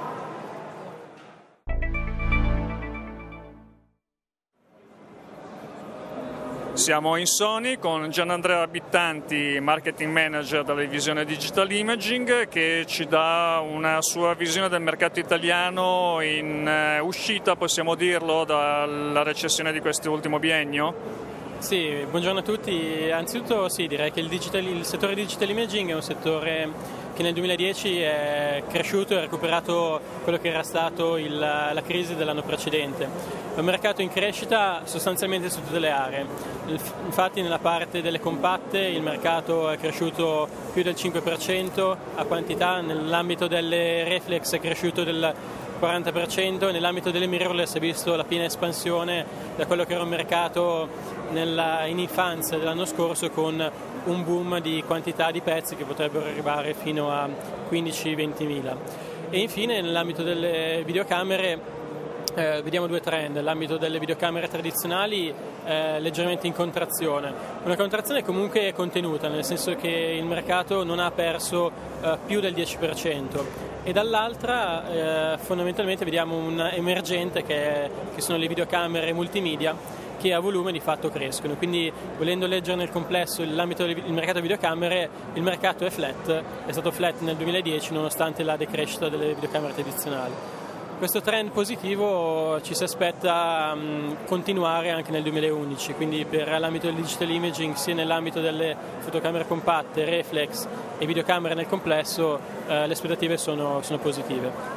A: Siamo in Sony con Gianandrea Bittanti, marketing manager della divisione Digital Imaging, che ci dà una sua visione del mercato italiano in uscita, possiamo dirlo, dalla recessione di quest'ultimo biennio.
H: Sì, buongiorno a tutti. Anzitutto sì, direi che il, digital, il settore digital imaging è un settore che nel duemiladieci è cresciuto e ha recuperato quello che era stato il, la crisi dell'anno precedente. È un mercato in crescita sostanzialmente su tutte le aree. Infatti nella parte delle compatte il mercato è cresciuto più del cinque per cento a quantità, nell'ambito delle reflex è cresciuto del quaranta per cento, nell'ambito delle mirrorless è visto la piena espansione da quello che era un mercato nella, in infanzia dell'anno scorso, con un boom di quantità di pezzi che potrebbero arrivare fino a quindici ventimila. E infine nell'ambito delle videocamere Eh, vediamo due trend. Nell'ambito delle videocamere tradizionali eh, leggermente in contrazione, una contrazione comunque contenuta, nel senso che il mercato non ha perso eh, più del dieci per cento, e dall'altra eh, fondamentalmente vediamo un emergente che, è, che sono le videocamere multimedia, che a volume di fatto crescono. Quindi, volendo leggere nel complesso l'ambito del mercato videocamere, il mercato è flat, è stato flat nel duemiladieci nonostante la decrescita delle videocamere tradizionali. Questo trend positivo ci si aspetta um, continuare anche nel duemilaundici, quindi per l'ambito del digital imaging, sia nell'ambito delle fotocamere compatte, reflex e videocamere nel complesso, eh, le aspettative sono, sono positive.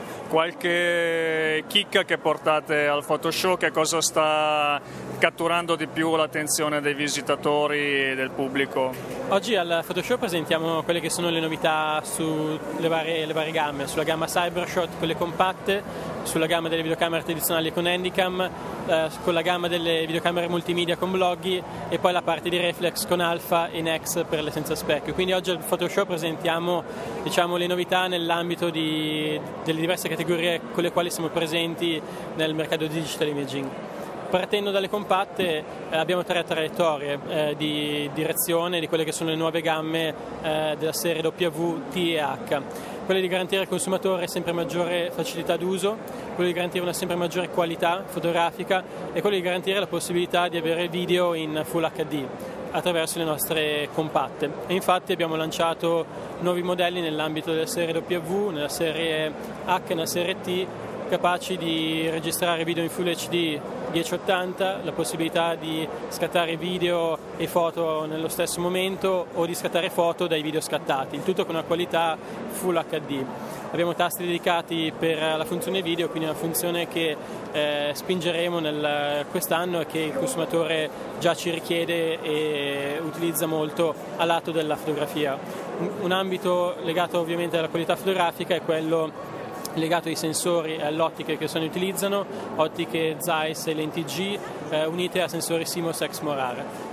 A: Qualche chicca che portate al Photoshow, che cosa sta catturando di più l'attenzione dei visitatori e del pubblico?
H: Oggi al Photoshow presentiamo quelle che sono le novità sulle varie, le varie gamme, sulla gamma Cybershot con le compatte, sulla gamma delle videocamere tradizionali con Handycam, eh, con la gamma delle videocamere multimedia con Bloggy, e poi la parte di reflex con Alpha e Nex per le senza specchio. Quindi oggi al Photoshow presentiamo, diciamo, le novità nell'ambito di, delle diverse categorie con le quali siamo presenti nel mercato di digital imaging. Partendo dalle compatte eh, abbiamo tre traiettorie eh, di direzione di quelle che sono le nuove gamme eh, della serie W, T e H. Quelle di garantire al consumatore sempre maggiore facilità d'uso, quello di garantire una sempre maggiore qualità fotografica e quello di garantire la possibilità di avere video in Full H D attraverso le nostre compatte. E infatti abbiamo lanciato nuovi modelli nell'ambito della serie W, nella serie H e nella serie T, capaci di registrare video in Full H D mille ottanta, la possibilità di scattare video e foto nello stesso momento o di scattare foto dai video scattati, il tutto con una qualità Full H D. Abbiamo tasti dedicati per la funzione video, quindi una funzione che eh, spingeremo nel, quest'anno e che il consumatore già ci richiede e utilizza molto a lato della fotografia. Un, un ambito legato ovviamente alla qualità fotografica è quello legato ai sensori e alle ottiche che se ne utilizzano, ottiche Zeiss e lenti G eh, unite a sensori CMOS Exmor.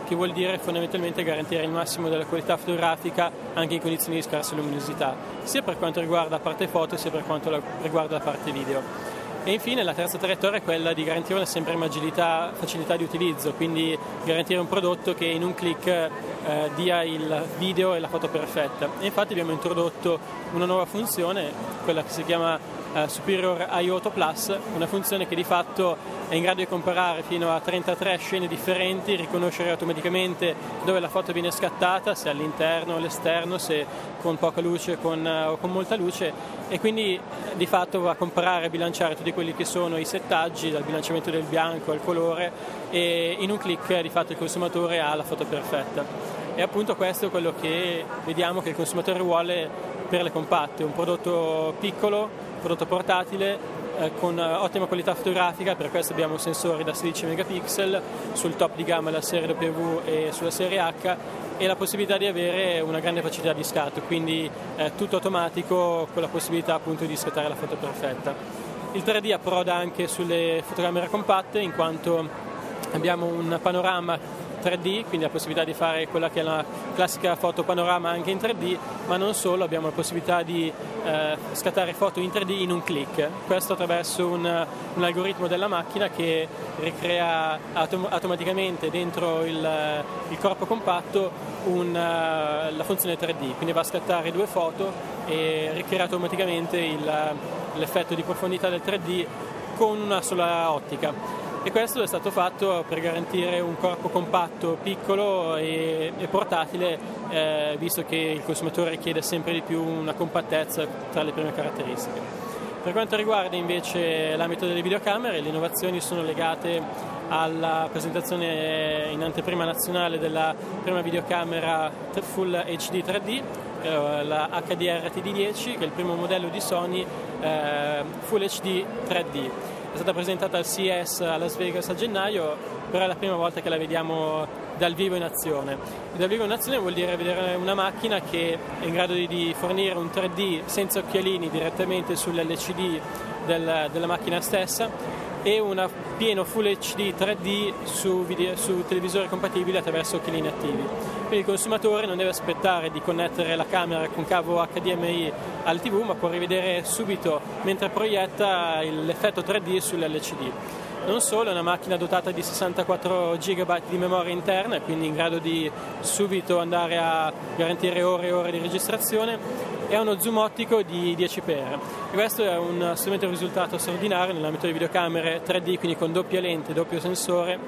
H: che vuol dire fondamentalmente garantire il massimo della qualità fotografica anche in condizioni di scarsa luminosità, sia per quanto riguarda la parte foto sia per quanto riguarda la parte video. E infine la terza traiettoria è quella di garantire una sempre agilità, facilità di utilizzo, quindi garantire un prodotto che in un click eh, dia il video e la foto perfetta. E infatti abbiamo introdotto una nuova funzione, quella che si chiama Uh, Superior I O T O Plus, una funzione che di fatto è in grado di comparare fino a trentatré scene differenti, riconoscere automaticamente dove la foto viene scattata, se all'interno o all'esterno, se con poca luce con, uh, o con molta luce, e quindi di fatto va a comparare e bilanciare tutti quelli che sono i settaggi, dal bilanciamento del bianco al colore, e in un click di fatto il consumatore ha la foto perfetta. E appunto questo è quello che vediamo che il consumatore vuole per le compatte, un prodotto piccolo, prodotto portatile eh, con ottima qualità fotografica. Per questo abbiamo sensori da sedici megapixel sul top di gamma della serie W e sulla serie H, e la possibilità di avere una grande facilità di scatto, quindi eh, tutto automatico con la possibilità appunto di scattare la foto perfetta. Il tre D approda anche sulle fotocamere compatte, in quanto abbiamo un panorama tre D, quindi la possibilità di fare quella che è la classica foto panorama anche in tre D, ma non solo, abbiamo la possibilità di eh, scattare foto in tre D in un click, questo attraverso un, un algoritmo della macchina che ricrea autom- automaticamente dentro il, il corpo compatto un, uh, la funzione tre D, quindi va a scattare due foto e ricrea automaticamente il, l'effetto di profondità del tre D con una sola ottica. E questo è stato fatto per garantire un corpo compatto, piccolo e, e portatile, eh, visto che il consumatore chiede sempre di più una compattezza tra le prime caratteristiche. Per quanto riguarda invece l'ambito delle videocamere, le innovazioni sono legate alla presentazione in anteprima nazionale della prima videocamera Full H D tre D, eh, la H D R T D dieci, che è il primo modello di Sony eh, Full H D tre D. È stata presentata al C E S a Las Vegas a gennaio, però è la prima volta che la vediamo dal vivo in azione. E dal vivo in azione vuol dire vedere una macchina che è in grado di, di fornire un tre D senza occhialini direttamente sull'L C D del, della macchina stessa, e un pieno Full H D tre D su, video, su televisori compatibili attraverso occhialini attivi. Quindi il consumatore non deve aspettare di connettere la camera con cavo H D M I al tivù, ma può rivedere subito mentre proietta l'effetto tre D sull'L C D. Non solo, è una macchina dotata di sessantaquattro giga di memoria interna, quindi in grado di subito andare a garantire ore e ore di registrazione, e ha uno zoom ottico di dieci per. E questo è un strumento di risultato straordinario nell'ambito di videocamere tre D, quindi con doppia lente, doppio sensore,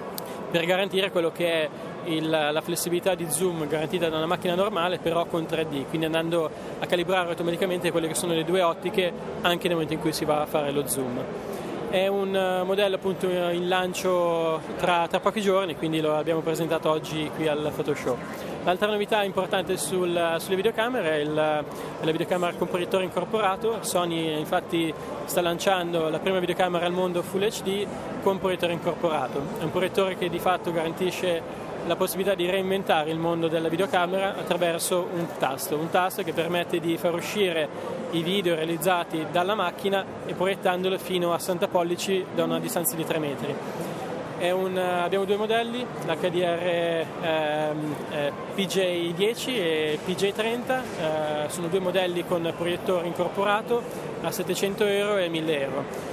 H: per garantire quello che è il, la flessibilità di zoom garantita da una macchina normale, però con tre D, quindi andando a calibrare automaticamente quelle che sono le due ottiche anche nel momento in cui si va a fare lo zoom. È un modello appunto in lancio tra, tra pochi giorni, quindi lo abbiamo presentato oggi qui al Photoshow. L'altra novità importante sul, sulle videocamere è, il, è la videocamera con proiettore incorporato. Sony infatti sta lanciando la prima videocamera al mondo Full H D con proiettore incorporato. È un proiettore che di fatto garantisce la possibilità di reinventare il mondo della videocamera attraverso un tasto, un tasto che permette di far uscire i video realizzati dalla macchina e proiettandolo fino a sessanta pollici da una distanza di tre metri. È un, abbiamo due modelli, l'H D R ehm, eh, P J dieci e P J trenta, eh, sono due modelli con proiettore incorporato a settecento euro e mille euro.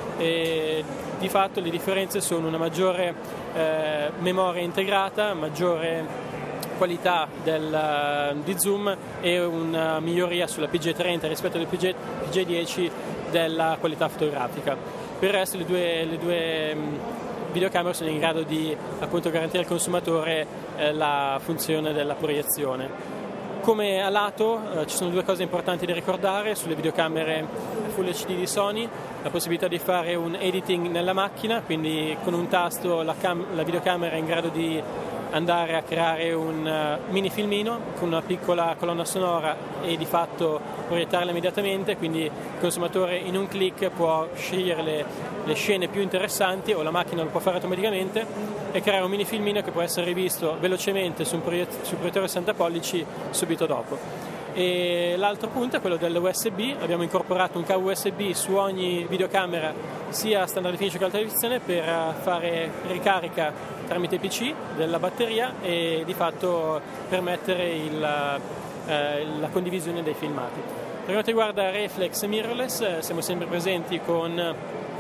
H: E di fatto le differenze sono una maggiore eh, memoria integrata, maggiore qualità del, di zoom e una miglioria sulla P J trenta rispetto alla P J, P J dieci della qualità fotografica. Per il resto le due, le due mh, videocamere sono in grado di appunto garantire al consumatore eh, la funzione della proiezione. Come a lato eh, ci sono due cose importanti da ricordare sulle videocamere Full H D di Sony: la possibilità di fare un editing nella macchina, quindi con un tasto la, cam- la videocamera è in grado di andare a creare un uh, mini filmino con una piccola colonna sonora e di fatto proiettarla immediatamente, quindi il consumatore in un click può scegliere le, le scene più interessanti, o la macchina lo può fare automaticamente, e creare un mini filmino che può essere rivisto velocemente su un, proiett- su un proiettore sessanta pollici subito dopo. E l'altro punto è quello dell'U S B. Abbiamo incorporato un cavo U S B su ogni videocamera, sia standard definition che alta definizione, per fare ricarica tramite P C della batteria e di fatto permettere il, eh, la condivisione dei filmati. Per quanto riguarda reflex e mirrorless, siamo sempre presenti con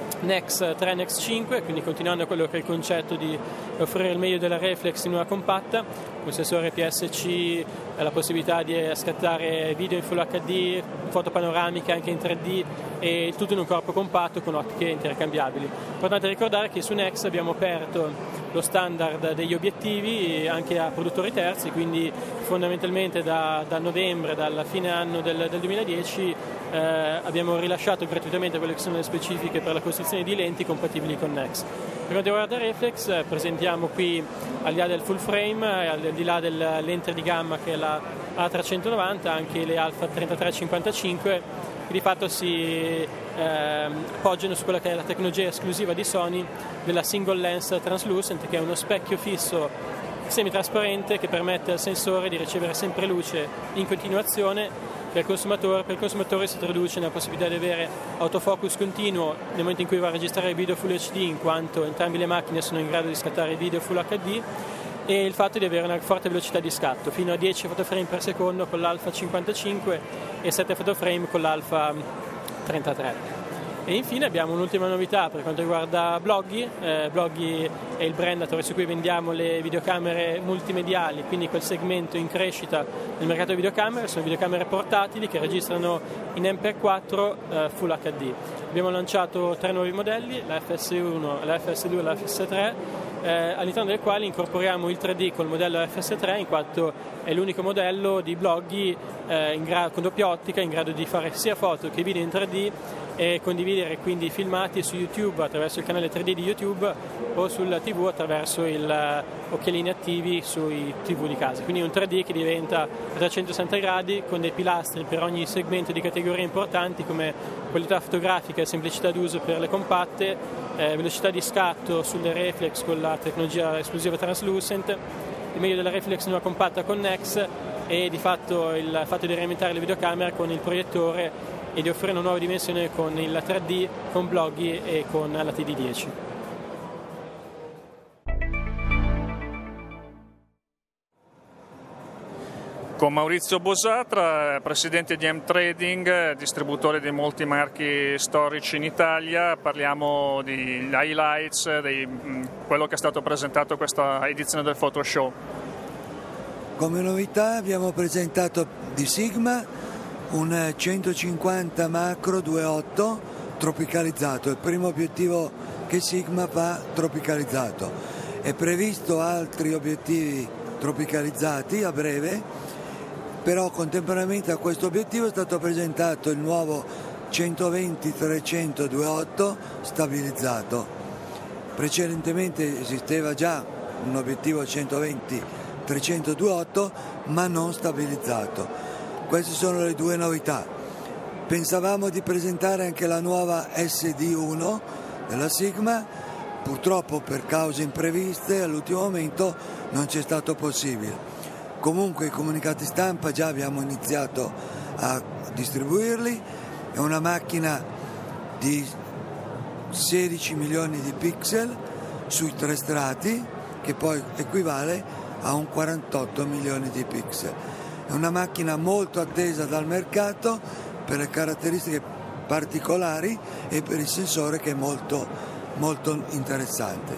H: Nex tre, Nex cinque, quindi continuando quello che è il concetto di offrire il meglio della reflex in una compatta, con sensore P S C, la possibilità di scattare video in Full H D, foto panoramiche anche in tre D e tutto in un corpo compatto con ottiche intercambiabili. Importante ricordare che su Nex abbiamo aperto lo standard degli obiettivi anche a produttori terzi, quindi fondamentalmente da, da novembre, dalla fine anno del, del duemiladieci eh, abbiamo rilasciato gratuitamente quelle che sono le specifiche per la costruzione di lenti compatibili con Nex. Per quanto riguarda Reflex, eh, presentiamo qui al di là del full frame, al di là della lente di gamma che è la A trecentonovanta, anche le Alpha trentatré cinquantacinque, che di fatto si eh, poggiano su quella che è la tecnologia esclusiva di Sony della single lens translucent, che è uno specchio fisso semitrasparente che permette al sensore di ricevere sempre luce in continuazione. Per il consumatore, per il consumatore si traduce nella possibilità di avere autofocus continuo nel momento in cui va a registrare il video Full H D, in quanto entrambe le macchine sono in grado di scattare il video Full H D, e il fatto di avere una forte velocità di scatto, fino a dieci fotoframe per secondo con l'Alpha cinquantacinque e sette fotoframe con l'Alpha trentatré. E infine abbiamo un'ultima novità per quanto riguarda Bloggy. Eh, Bloggy è il brand attraverso cui vendiamo le videocamere multimediali, quindi quel segmento in crescita nel mercato delle videocamere. Sono videocamere portatili che registrano in M P quattro eh, Full H D. Abbiamo lanciato tre nuovi modelli, la F S uno, la F S due e la F S tre, eh, all'interno del quali incorporiamo il tre D col modello F S tre, in quanto è l'unico modello di Bloggy eh, in gra- con doppia ottica in grado di fare sia foto che video in tre D e condividere quindi filmati su YouTube attraverso il canale tre D di YouTube o sul tivù attraverso il uh, occhialini attivi sui tivù di casa. Quindi un tre D che diventa a trecentosessanta gradi con dei pilastri per ogni segmento di categorie importanti come qualità fotografica e semplicità d'uso per le compatte, eh, velocità di scatto sulle reflex con la tecnologia esclusiva translucent, il meglio della reflex in una compatta con Nex e di fatto il fatto di reinventare le videocamere con il proiettore e di offrire una nuova dimensione con il tre D, con Bloggy e con la T D dieci.
A: Con Maurizio Bosatra, presidente di M Trading, distributore di molti marchi storici in Italia, parliamo di highlights, di quello che è stato presentato questa edizione del Photoshow.
I: Come novità abbiamo presentato di Sigma un centocinquanta macro due virgola otto tropicalizzato, il primo obiettivo che Sigma fa tropicalizzato. È previsto altri obiettivi tropicalizzati a breve, però contemporaneamente a questo obiettivo è stato presentato il nuovo centoventi trecento due virgola otto stabilizzato. Precedentemente esisteva già un obiettivo centoventi trecento due virgola otto ma non stabilizzato. Queste sono le due novità. Pensavamo di presentare anche la nuova S D uno della Sigma, purtroppo per cause impreviste all'ultimo momento non c'è stato possibile. Comunque i comunicati stampa già abbiamo iniziato a distribuirli, è una macchina di sedici milioni di pixel sui tre strati, che poi equivale a un quarantotto milioni di pixel. È una macchina molto attesa dal mercato per le caratteristiche particolari e per il sensore che è molto, molto interessante.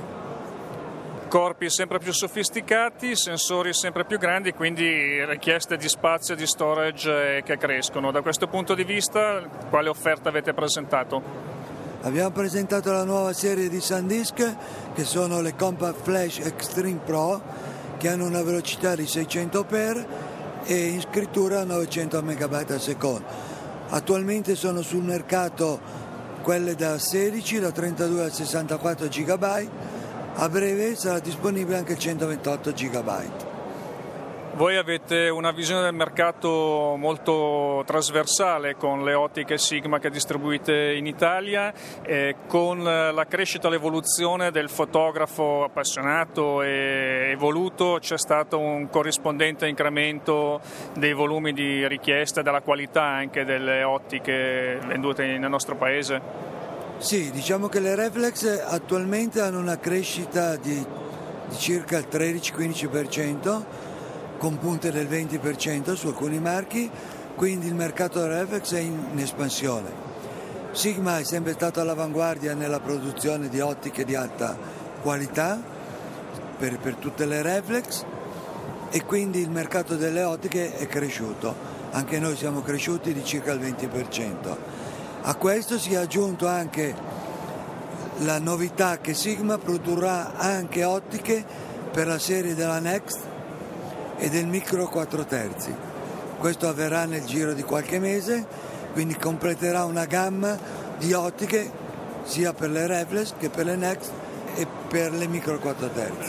A: Corpi sempre più sofisticati, sensori sempre più grandi, quindi richieste di spazio e di storage che crescono. Da questo punto di vista, quale offerta avete presentato?
I: Abbiamo presentato la nuova serie di SanDisk, che sono le Compact Flash Extreme Pro, che hanno una velocità di seicento per e in scrittura novecento megabyte al secondo. Attualmente sono sul mercato quelle da sedici, da trentadue a sessantaquattro gigabyte, a breve sarà disponibile anche il centoventotto gigabyte.
A: Voi avete una visione del mercato molto trasversale con le ottiche Sigma che distribuite in Italia, e con la crescita e l'evoluzione del fotografo appassionato e evoluto c'è stato un corrispondente incremento dei volumi di richiesta e della qualità anche delle ottiche vendute nel nostro paese?
I: Sì, diciamo che le reflex attualmente hanno una crescita di, di circa il tredici quindici per cento, con punte del venti per cento su alcuni marchi, quindi il mercato delle reflex è in, in espansione. Sigma è sempre stato all'avanguardia nella produzione di ottiche di alta qualità per, per tutte le reflex, e quindi il mercato delle ottiche è cresciuto. Anche noi siamo cresciuti di circa il venti per cento. A questo si è aggiunto anche la novità che Sigma produrrà anche ottiche per la serie della Next e del micro quattro terzi. Questo avverrà nel giro di qualche mese, quindi completerà una gamma di ottiche sia per le reflex che per le Next e per le micro quattro terzi.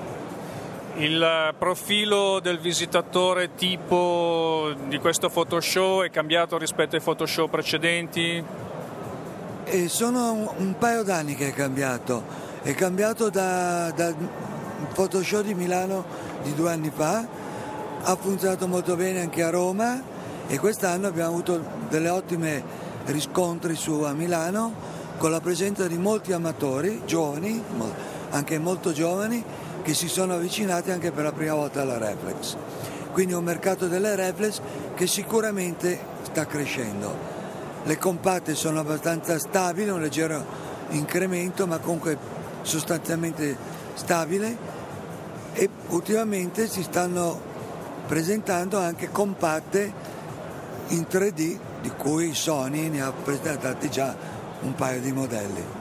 A: Il profilo del visitatore tipo di questo Photoshow è cambiato rispetto ai Photoshow precedenti?
I: E sono un, un paio d'anni che è cambiato. È cambiato da, da Photoshow di Milano di due anni fa, ha funzionato molto bene anche a Roma, e quest'anno abbiamo avuto delle ottime riscontri su a Milano, con la presenza di molti amatori giovani, anche molto giovani, che si sono avvicinati anche per la prima volta alla reflex. Quindi un mercato delle reflex che sicuramente sta crescendo. Le compatte sono abbastanza stabili, un leggero incremento, ma comunque sostanzialmente stabile, e ultimamente si stanno presentando anche compatte in tre D, di cui Sony ne ha presentati già un paio di modelli.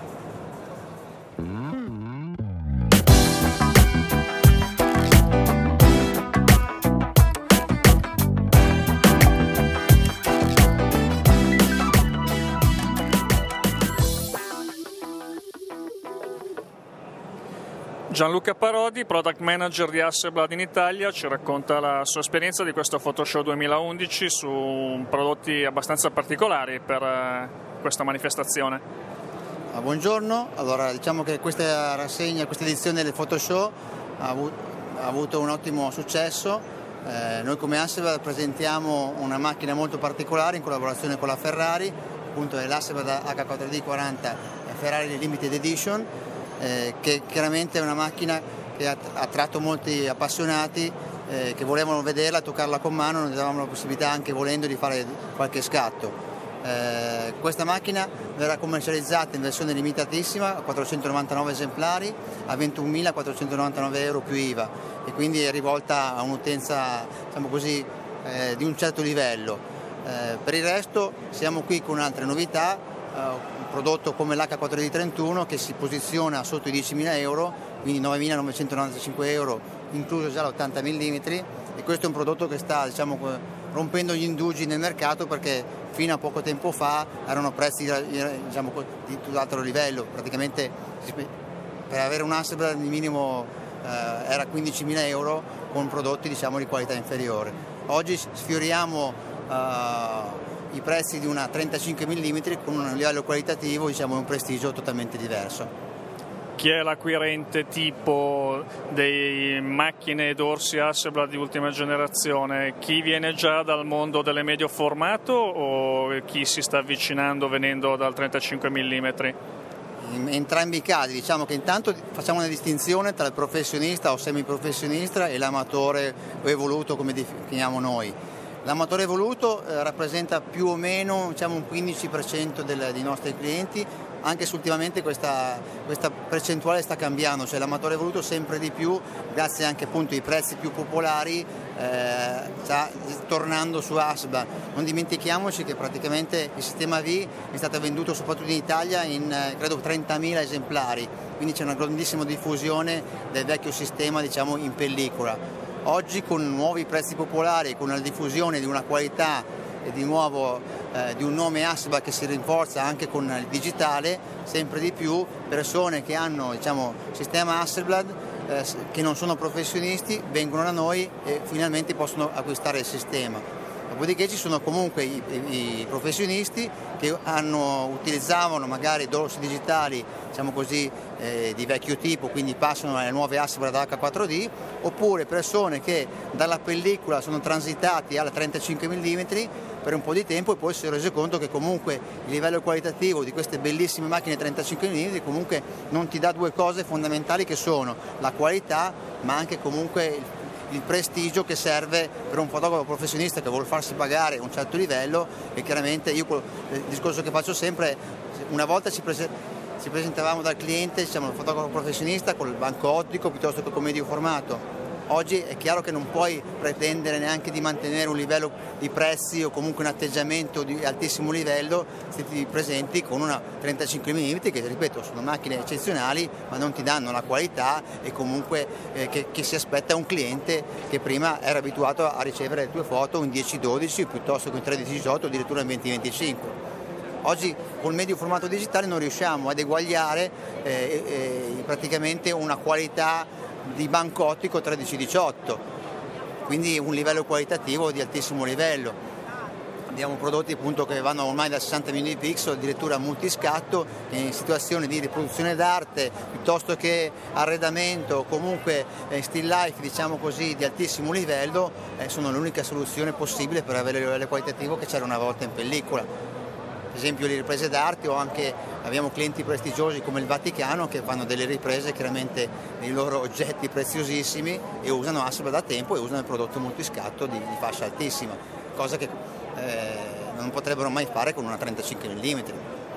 A: Gianluca Parodi, Product Manager di Hasselblad in Italia, ci racconta la sua esperienza di questo Photoshow duemilaundici su prodotti abbastanza particolari per questa manifestazione.
J: Buongiorno, allora diciamo che questa rassegna, questa edizione del Photoshow ha, avu- ha avuto un ottimo successo. Eh, noi come Hasselblad presentiamo una macchina molto particolare in collaborazione con la Ferrari, appunto è l'Hasselblad acca quattro D quaranta Ferrari Limited Edition, Eh, che chiaramente è una macchina che ha attratto molti appassionati eh, che volevano vederla, toccarla con mano, noi avevamo la possibilità anche volendo di fare qualche scatto. Eh, questa macchina verrà commercializzata in versione limitatissima a quattrocentonovantanove esemplari a ventunomilaquattrocentonovantanove euro più I V A, e quindi è rivolta a un'utenza, diciamo così, eh, di un certo livello. Eh, per il resto siamo qui con altre novità. Uh, un prodotto come l'H quattro D trentuno che si posiziona sotto i diecimila euro, quindi novemilanovecentonovantacinque euro, incluso già l'ottanta millimetri, e questo è un prodotto che sta, diciamo, rompendo gli indugi nel mercato, perché fino a poco tempo fa erano prezzi, diciamo, di tutt'altro livello. Praticamente per avere un Hasselblad il minimo uh, era quindicimila euro con prodotti, diciamo, di qualità inferiore. Oggi sfioriamo uh, i prezzi di una trentacinque millimetri con un livello qualitativo, diciamo, un prestigio totalmente diverso.
A: Chi è l'acquirente tipo dei macchine ed orsi Hasselblad di ultima generazione? Chi viene già dal mondo delle medio formato o chi si sta avvicinando venendo dal trentacinque millimetri?
J: In entrambi i casi, diciamo che intanto facciamo una distinzione tra il professionista o semiprofessionista e l'amatore o evoluto, come definiamo noi. L'amatore evoluto eh, rappresenta più o meno, diciamo, un quindici per cento del, dei nostri clienti, anche se ultimamente questa, questa percentuale sta cambiando, cioè l'amatore evoluto sempre di più, grazie anche appunto ai prezzi più popolari, eh, sta tornando su Hasselblad. Non dimentichiamoci che praticamente il sistema V è stato venduto soprattutto in Italia in eh, credo trentamila esemplari, quindi c'è una grandissima diffusione del vecchio sistema, diciamo, in pellicola. Oggi con nuovi prezzi popolari, con la diffusione di una qualità e di nuovo eh, di un nome Hasselblad che si rinforza anche con il digitale, sempre di più persone che hanno, diciamo, sistema Hasselblad eh, che non sono professionisti vengono da noi e finalmente possono acquistare il sistema. Dopodiché ci sono comunque i, i, i professionisti che hanno, utilizzavano magari dorsi digitali, diciamo così, eh, di vecchio tipo, quindi passano alle nuove Hasselblad acca quattro D, oppure persone che dalla pellicola sono transitati alla trentacinque millimetri per un po' di tempo e poi si è reso conto che comunque il livello qualitativo di queste bellissime macchine trentacinque millimetri comunque non ti dà due cose fondamentali, che sono la qualità ma anche comunque il il prestigio che serve per un fotografo professionista che vuole farsi pagare un certo livello. E chiaramente io il discorso che faccio sempre, una volta ci, prese, ci presentavamo dal cliente, siamo un fotografo professionista con il banco ottico piuttosto che con medio formato. Oggi è chiaro che non puoi pretendere neanche di mantenere un livello di prezzi o comunque un atteggiamento di altissimo livello se ti presenti con una trentacinque millimetri che, ripeto, sono macchine eccezionali ma non ti danno la qualità e comunque eh, che, che si aspetta un cliente che prima era abituato a ricevere le tue foto in dieci dodici piuttosto che in tredici diciotto o addirittura in venti venticinque. Oggi col medio formato digitale non riusciamo ad eguagliare eh, eh, praticamente una qualità di banco ottico tredici diciotto, quindi un livello qualitativo di altissimo livello. Abbiamo prodotti appunto che vanno ormai da sessanta milioni di pixel addirittura a multiscatto in situazioni di riproduzione d'arte piuttosto che arredamento o comunque eh, still life, diciamo così, di altissimo livello, eh, sono l'unica soluzione possibile per avere il livello qualitativo che c'era una volta in pellicola. Per esempio le riprese d'arte, o anche abbiamo clienti prestigiosi come il Vaticano che fanno delle riprese chiaramente dei loro oggetti preziosissimi e usano Hasselblad da tempo e usano il prodotto multiscatto di, di fascia altissima, cosa che eh, non potrebbero mai fare con una trentacinque millimetri.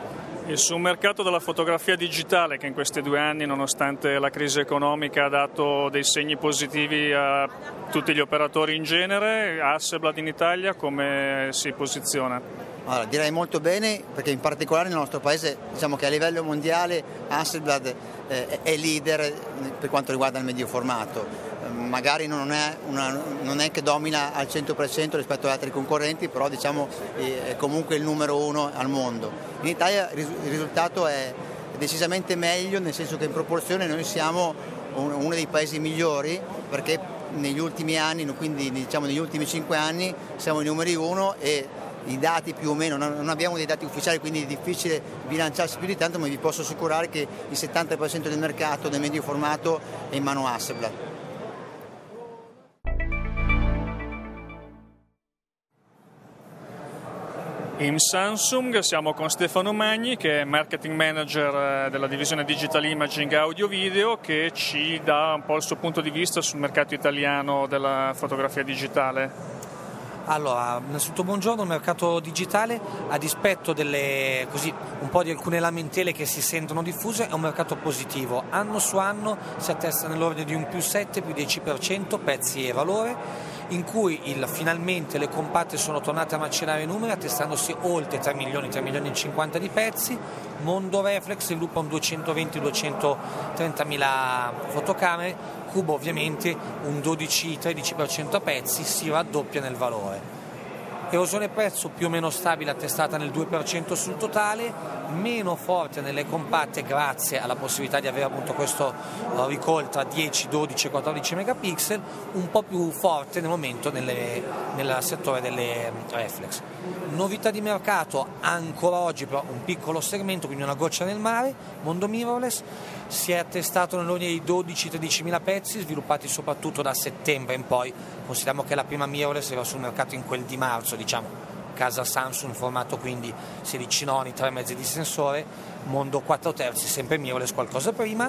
A: E sul mercato della fotografia digitale, che in questi due anni, nonostante la crisi economica, ha dato dei segni positivi a tutti gli operatori in genere, Hasselblad in Italia come si posiziona?
J: Allora, direi molto bene, perché in particolare nel nostro paese, diciamo che a livello mondiale Hasselblad eh, è leader per quanto riguarda il medio formato. Eh, magari non è, una, non è che domina al cento per cento rispetto ad altri concorrenti, però diciamo eh, è comunque il numero uno al mondo. In Italia il risultato è decisamente meglio, nel senso che in proporzione noi siamo uno dei paesi migliori, perché negli ultimi anni, quindi diciamo negli ultimi cinque anni, siamo i numeri uno e i dati più o meno, non abbiamo dei dati ufficiali, quindi è difficile bilanciarsi più di tanto, ma vi posso assicurare che il settanta per cento del mercato del medio formato è in mano Hasselblad.
A: In Samsung siamo con Stefano Magni, che è marketing manager della divisione Digital Imaging Audio Video, che ci dà un po' il suo punto di vista sul mercato italiano della fotografia digitale.
K: Allora, innanzitutto buongiorno. Il mercato digitale, a dispetto delle, così, un po' di alcune lamentele che si sentono diffuse, è un mercato positivo. Anno su anno si attesta nell'ordine di un più sette, più dieci per cento pezzi e valore, in cui il, finalmente le compatte sono tornate a macinare i numeri, attestandosi oltre tre milioni, tre milioni e cinquanta di pezzi. Mondo Reflex sviluppa un duecentoventi duecentotrentamila fotocamere, Cubo ovviamente un dodici tredici per cento a pezzi, si raddoppia nel valore. Erosione prezzo più o meno stabile, attestata nel due per cento sul totale, meno forte nelle compatte grazie alla possibilità di avere appunto questo recall tra dieci, dodici e quattordici megapixel, un po' più forte nel momento nelle, nel settore delle reflex. Novità di mercato ancora oggi, però un piccolo segmento, quindi una goccia nel mare. Mondo Mirrorless si è attestato nell'ordine di dodici tredici mila pezzi, sviluppati soprattutto da settembre in poi. Consideriamo che la prima mirrorless era sul mercato in quel di marzo, diciamo, casa Samsung, formato quindi sedici noni, tre mezzi di sensore. Mondo quattro terzi, sempre mirrorless, qualcosa prima.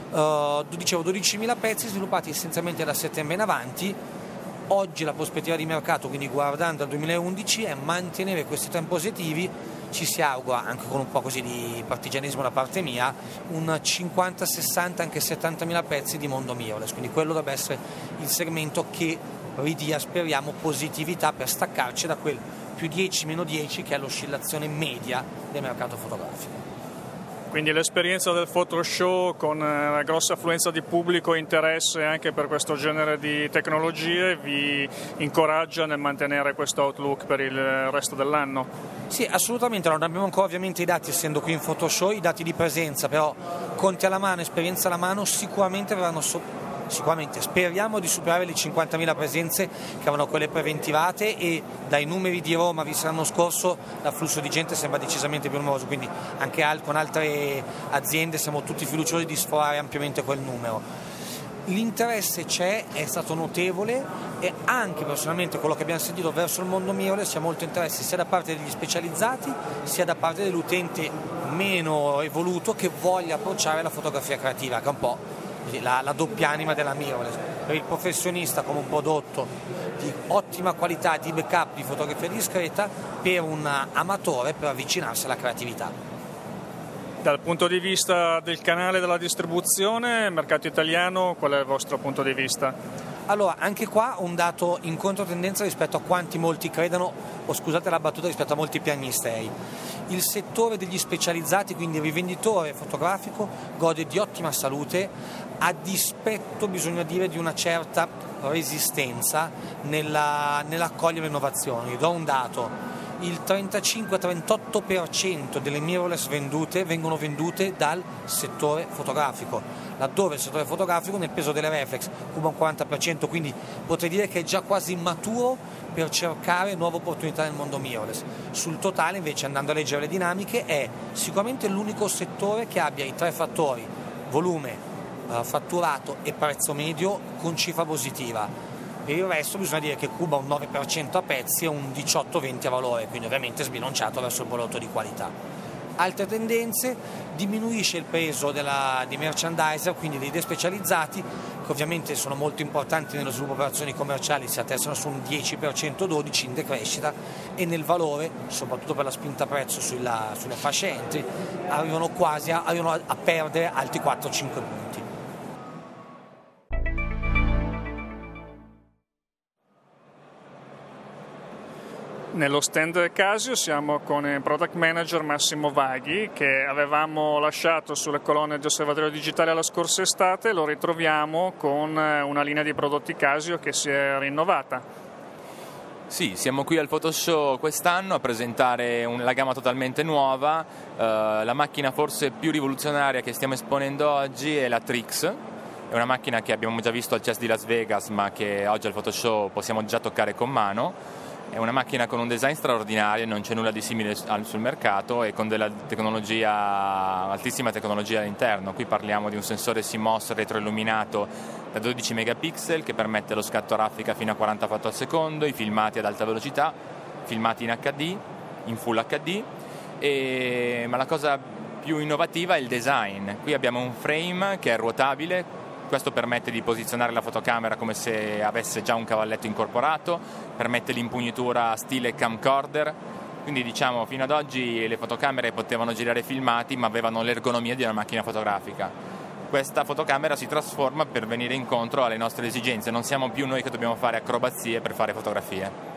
K: Uh, dicevo dodicimila pezzi sviluppati essenzialmente da settembre in avanti. Oggi la prospettiva di mercato, quindi guardando al duemilaundici, è mantenere questi trend positivi. Ci si augura, anche con un po' così di partigianismo da parte mia, un cinquanta sessanta, anche settantamila pezzi di mondo mirrorless, quindi quello dovrebbe essere il segmento che ridia, speriamo, positività per staccarci da quel più dieci meno dieci che è l'oscillazione media del mercato fotografico.
A: Quindi l'esperienza del Photoshow, con una grossa affluenza di pubblico e interesse anche per questo genere di tecnologie, vi incoraggia nel mantenere questo outlook per il resto dell'anno?
K: Sì, assolutamente. Non abbiamo ancora ovviamente i dati, essendo qui in Photoshow, i dati di presenza, però conti alla mano, esperienza alla mano, sicuramente verranno so- sicuramente speriamo di superare le cinquantamila presenze che erano quelle preventivate, e dai numeri di Roma visti l'anno scorso l'afflusso di gente sembra decisamente più numeroso, quindi anche con altre aziende siamo tutti fiduciosi di sforare ampiamente quel numero. L'interesse c'è, è stato notevole, e anche personalmente quello che abbiamo sentito verso il mondo mirrorless c'è molto interesse sia da parte degli specializzati sia da parte dell'utente meno evoluto che voglia approcciare la fotografia creativa, che è un po' la, la doppia anima della mirrorless. Per il professionista come un prodotto di ottima qualità di backup di fotografia discreta, per un amatore per avvicinarsi alla creatività.
A: Dal punto di vista del canale della distribuzione, mercato italiano, qual è il vostro punto di vista?
K: Allora, anche qua un dato in controtendenza rispetto a quanti molti credano, o scusate la battuta, rispetto a molti piagnistei. Il settore degli specializzati, quindi il rivenditore fotografico, gode di ottima salute, a dispetto, bisogna dire, di una certa resistenza nella, nell'accogliere innovazioni. Do un dato: il trentacinque trentotto per cento delle mirrorless vendute vengono vendute dal settore fotografico, laddove il settore fotografico nel peso delle reflex cuba un quaranta per cento, quindi potrei dire che è già quasi maturo per cercare nuove opportunità nel mondo mirrorless. Sul totale, invece, andando a leggere le dinamiche, è sicuramente l'unico settore che abbia i tre fattori: volume, fatturato e prezzo medio con cifra positiva. Per il resto bisogna dire che cuba un nove per cento a pezzi e un diciotto venti a valore, quindi ovviamente sbilanciato verso il prodotto di qualità. Altre tendenze: diminuisce il peso della, di merchandiser, quindi dei despecializzati, che ovviamente sono molto importanti nello sviluppo di operazioni commerciali, si attestano su un dieci per cento dodici in decrescita, e nel valore, soprattutto per la spinta prezzo sulla, sulle fasce entry, arrivano quasi a, arrivano a perdere altri quattro cinque punti.
A: Nello stand Casio siamo con il product manager Massimo Vaghi, che avevamo lasciato sulle colonne di Osservatorio Digitale la scorsa estate. Lo ritroviamo con una linea di prodotti Casio che si è rinnovata.
L: Sì, siamo qui al Photoshow quest'anno a presentare un, la gamma totalmente nuova. Uh, la macchina forse più rivoluzionaria che stiamo esponendo oggi è la Trix. È una macchina che abbiamo già visto al C E S di Las Vegas, ma che oggi al Photoshow possiamo già toccare con mano. È una macchina con un design straordinario, non c'è nulla di simile sul mercato, e con della tecnologia, altissima tecnologia all'interno. Qui parliamo di un sensore C M O S retroilluminato da dodici megapixel che permette lo scatto raffica fino a quaranta foto al secondo, i filmati ad alta velocità, filmati in acca di, in Full acca di, e... ma la cosa più innovativa è il design. Qui abbiamo un frame che è ruotabile. Questo permette di posizionare la fotocamera come se avesse già un cavalletto incorporato, permette l'impugnitura stile camcorder, quindi diciamo fino ad oggi le fotocamere potevano girare filmati ma avevano l'ergonomia di una macchina fotografica. Questa fotocamera si trasforma per venire incontro alle nostre esigenze, non siamo più noi che dobbiamo fare acrobazie per fare fotografie.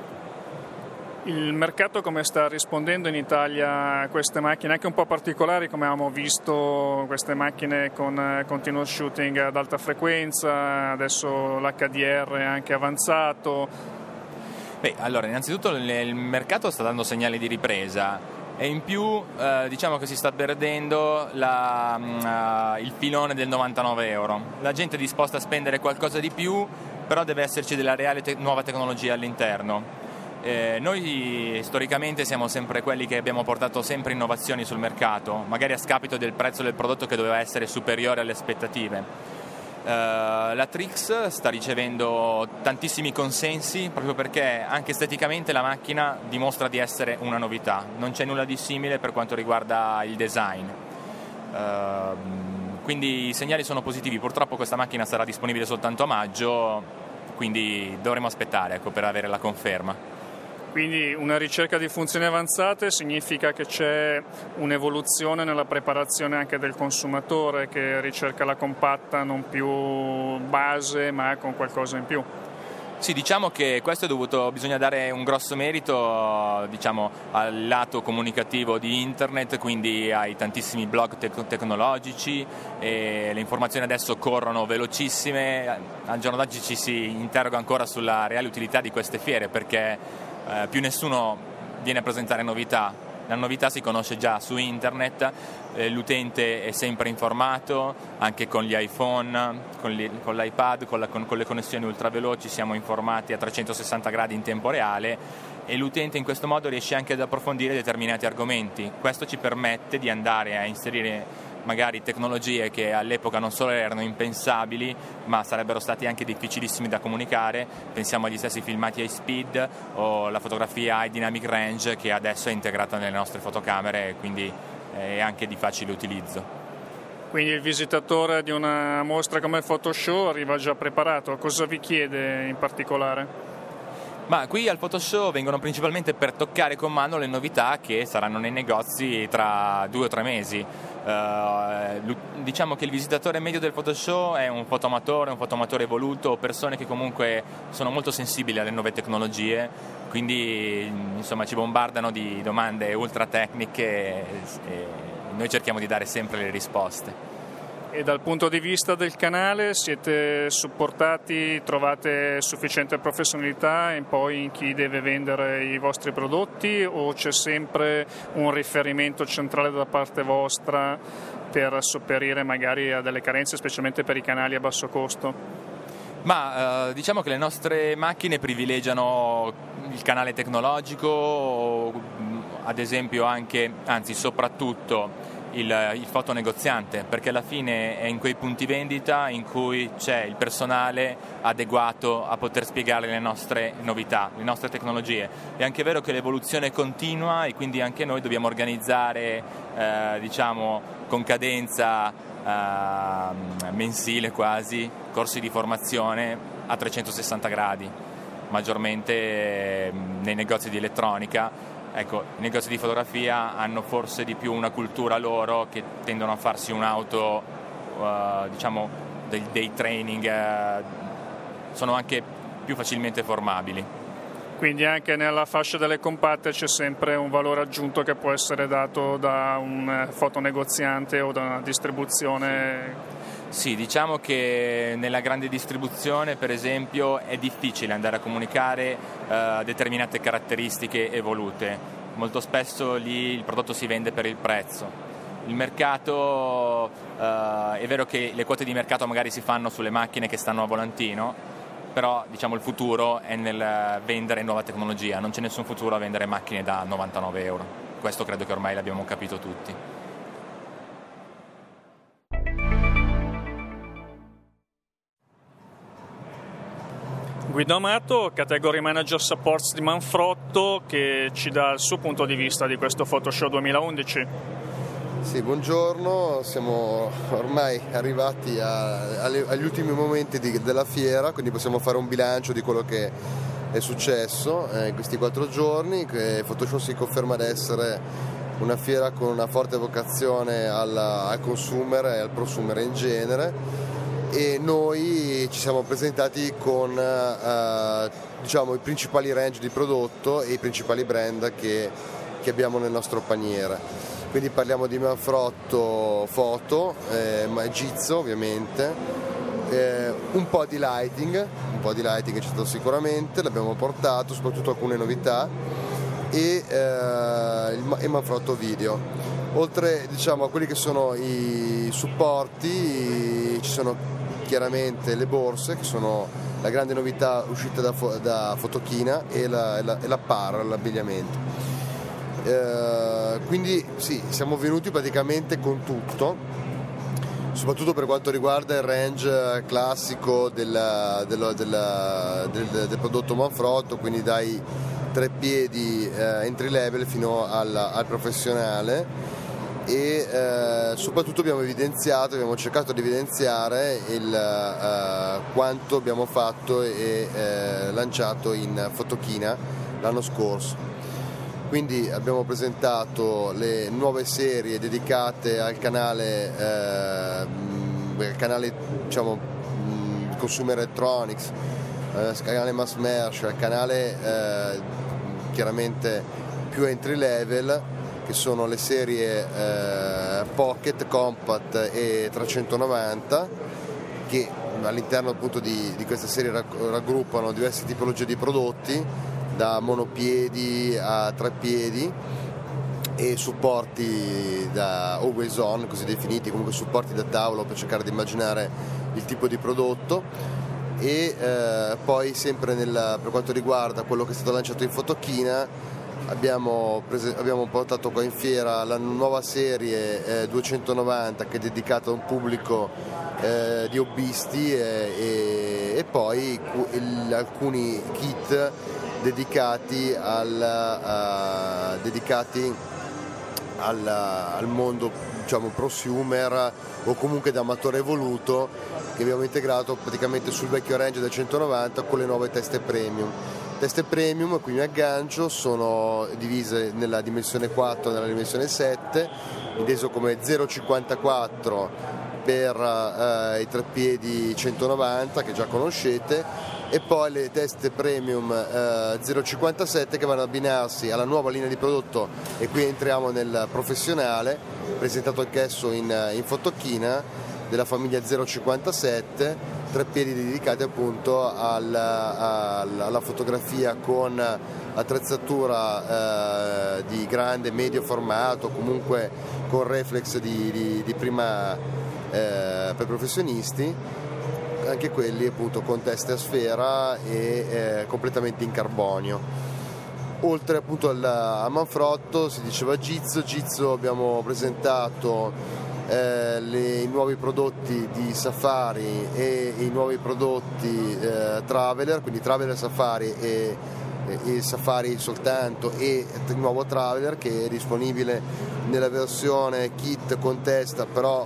A: Il mercato come sta rispondendo in Italia a queste macchine, anche un po' particolari, come abbiamo visto queste macchine con continuous shooting ad alta frequenza, adesso l'H D R è anche avanzato?
L: Beh, allora, innanzitutto il mercato sta dando segnali di ripresa, e in più eh, diciamo che si sta perdendo la, uh, il filone del novantanove euro. La gente è disposta a spendere qualcosa di più, però deve esserci della reale te- nuova tecnologia all'interno. Eh, noi storicamente siamo sempre quelli che abbiamo portato sempre innovazioni sul mercato, magari a scapito del prezzo del prodotto che doveva essere superiore alle aspettative. Eh, la Trix sta ricevendo tantissimi consensi proprio perché anche esteticamente la macchina dimostra di essere una novità, non c'è nulla di simile per quanto riguarda il design. Eh, quindi i segnali sono positivi. Purtroppo questa macchina sarà disponibile soltanto a maggio, quindi dovremo aspettare, ecco, per avere la conferma.
A: Quindi una ricerca di funzioni avanzate significa che c'è un'evoluzione nella preparazione anche del consumatore, che ricerca la compatta non più base ma con qualcosa in più.
L: Sì, diciamo che questo è dovuto, bisogna dare un grosso merito, diciamo, al lato comunicativo di internet, quindi ai tantissimi blog tec- tecnologici, e le informazioni adesso corrono velocissime. Al giorno d'oggi ci si interroga ancora sulla reale utilità di queste fiere, perché eh, più nessuno viene a presentare novità, la novità si conosce già su internet, eh, l'utente è sempre informato, anche con gli iPhone, con, gli, con l'iPad, con, la, con, con le connessioni ultraveloci siamo informati a trecentosessanta gradi in tempo reale e l'utente in questo modo riesce anche ad approfondire determinati argomenti. Questo ci permette di andare a inserire magari tecnologie che all'epoca non solo erano impensabili, ma sarebbero stati anche difficilissimi da comunicare. Pensiamo agli stessi filmati high speed o la fotografia high dynamic range, che adesso è integrata nelle nostre fotocamere e quindi è anche di facile utilizzo.
A: Quindi il visitatore di una mostra come il Photoshow arriva già preparato. Cosa vi chiede in particolare?
L: Ma qui al Photoshow vengono principalmente per toccare con mano le novità che saranno nei negozi tra due o tre mesi. Uh, diciamo che il visitatore medio del Photoshow è un fotoamatore, un fotoamatore evoluto, persone che comunque sono molto sensibili alle nuove tecnologie, quindi insomma ci bombardano di domande ultra tecniche e, e noi cerchiamo di dare sempre le risposte.
A: E dal punto di vista del canale siete supportati, trovate sufficiente professionalità e poi in chi deve vendere i vostri prodotti, o c'è sempre un riferimento centrale da parte vostra per sopperire magari a delle carenze, specialmente per i canali a basso costo?
L: Ma eh, diciamo che le nostre macchine privilegiano il canale tecnologico, ad esempio anche, anzi soprattutto Il, il fotonegoziante, perché alla fine è in quei punti vendita in cui c'è il personale adeguato a poter spiegare le nostre novità, le nostre tecnologie. È anche vero che l'evoluzione continua e quindi anche noi dobbiamo organizzare eh, diciamo con cadenza eh, mensile quasi corsi di formazione a trecentosessanta gradi, maggiormente eh, nei negozi di elettronica. Ecco, i negozi di fotografia hanno forse di più una cultura loro, che tendono a farsi un'auto, uh, diciamo, dei, dei training, uh, sono anche più facilmente formabili.
A: Quindi anche nella fascia delle compatte c'è sempre un valore aggiunto che può essere dato da un fotonegoziante o da una distribuzione.
L: Sì, diciamo che nella grande distribuzione, per esempio, è difficile andare a comunicare uh, determinate caratteristiche evolute. Molto spesso lì il prodotto si vende per il prezzo. Il mercato, uh, è vero che le quote di mercato magari si fanno sulle macchine che stanno a volantino, però diciamo il futuro è nel vendere nuova tecnologia, non c'è nessun futuro a vendere macchine da novantanove euro. Questo credo che ormai l'abbiamo capito tutti.
A: Guido Amato, Category Manager Supports di Manfrotto, che ci dà il suo punto di vista di questo Photoshow duemilaundici.
M: Sì, buongiorno, siamo ormai arrivati a, alle, agli ultimi momenti di, della fiera, quindi possiamo fare un bilancio di quello che è successo eh, in questi quattro giorni. Che Photoshow si conferma ad essere una fiera con una forte vocazione alla, al consumer e al prosumer in genere, e noi ci siamo presentati con eh, diciamo, i principali range di prodotto e i principali brand che, che abbiamo nel nostro paniere. Quindi parliamo di Manfrotto Foto, eh, Magizzo ovviamente, eh, un po' di lighting, un po' di lighting c'è stato sicuramente, l'abbiamo portato, soprattutto alcune novità, e, eh, il, e Manfrotto Video. Oltre diciamo, a quelli che sono i supporti, ci sono chiaramente le borse, che sono la grande novità uscita da, da Fotochina, e la, e la, e la Par, l'abbigliamento. Eh, quindi sì, siamo venuti praticamente con tutto, soprattutto per quanto riguarda il range classico del, del, del, del, del prodotto Manfrotto, quindi dai tre piedi eh, entry level fino al, al professionale. E eh, soprattutto abbiamo evidenziato, abbiamo cercato di evidenziare il, eh, quanto abbiamo fatto e eh, lanciato in Fotochina l'anno scorso. Quindi abbiamo presentato le nuove serie dedicate al canale, eh, al canale diciamo, Consumer Electronics, al eh, canale Mass Merch, al canale eh, chiaramente più entry level, che sono le serie eh, Pocket, Compact e trecentonovanta, che all'interno appunto di, di queste serie raggruppano diverse tipologie di prodotti, da monopiedi a tre piedi, e supporti da always on, così definiti, comunque supporti da tavolo per cercare di immaginare il tipo di prodotto. E eh, poi sempre nel, per quanto riguarda quello che è stato lanciato in Fotochina, abbiamo, prese, abbiamo portato qua in fiera la nuova serie eh, duecentonovanta, che è dedicata a un pubblico eh, di hobbisti, eh, e, e poi il, alcuni kit dedicati al, a, dedicati al, al mondo, diciamo, prosumer o comunque da amatore evoluto, che abbiamo integrato praticamente sul vecchio range del centonovanta con le nuove teste premium. Teste premium, qui mi aggancio, sono divise nella dimensione quattro e nella dimensione sette, inteso come zero virgola cinquantaquattro per eh, i treppiedi centonovanta che già conoscete, e poi le teste premium eh, zero virgola cinquantasette che vanno ad abbinarsi alla nuova linea di prodotto, e qui entriamo nel professionale, presentato anch'esso in, in Fotochina, della famiglia zero virgola cinquantasette, tre piedi dedicati appunto alla, alla fotografia con attrezzatura eh, di grande medio formato, comunque con reflex di, di, di prima eh, per professionisti, anche quelli appunto con teste a sfera e eh, completamente in carbonio. Oltre appunto al, a Manfrotto si diceva Gizzo, Gizzo abbiamo presentato Eh, le, i nuovi prodotti di Safari e i nuovi prodotti eh, Traveler, quindi Traveler Safari e, e, e Safari soltanto, e il nuovo Traveler che è disponibile nella versione kit con testa, però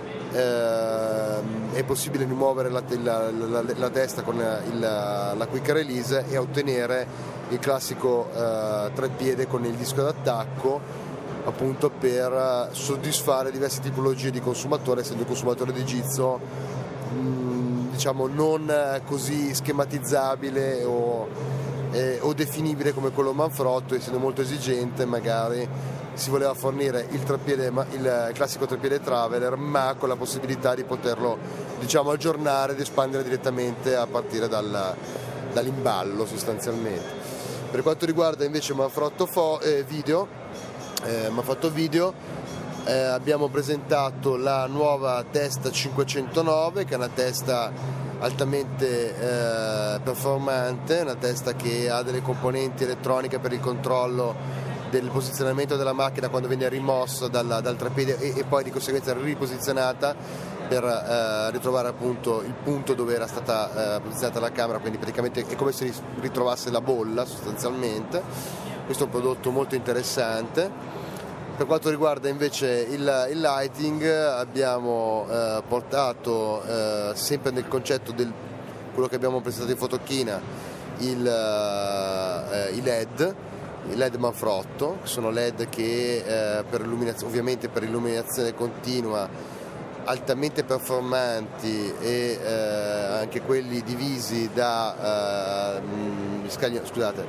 M: eh, è possibile rimuovere la, la, la, la testa con il, la quick release e ottenere il classico eh, treppiede con il disco d'attacco, appunto per soddisfare diverse tipologie di consumatore, essendo il consumatore di Gizzo mh, diciamo non così schematizzabile o, eh, o definibile come quello Manfrotto, essendo molto esigente. Magari si voleva fornire il, treppiede, il classico treppiede Traveler, ma con la possibilità di poterlo, diciamo, aggiornare ed espandere direttamente a partire dal, dall'imballo sostanzialmente. Per quanto riguarda invece Manfrotto fo- eh, video Eh, ma fatto video, eh, abbiamo presentato la nuova testa cinquecentonove, che è una testa altamente eh, performante, una testa che ha delle componenti elettroniche per il controllo del posizionamento della macchina quando viene rimossa dal, dal treppiede e, e poi di conseguenza riposizionata per eh, ritrovare appunto il punto dove era stata eh, posizionata la camera, quindi praticamente è come se ritrovasse la bolla sostanzialmente. Questo è un prodotto molto interessante. Per quanto riguarda invece il, il lighting, abbiamo eh, portato eh, sempre nel concetto del quello che abbiamo presentato in Fotochina, il, eh, i L E D, i L E D Manfrotto, che sono L E D che eh, per illuminazione, ovviamente per illuminazione continua, altamente performanti, e eh, anche quelli divisi da eh, scagli, scusate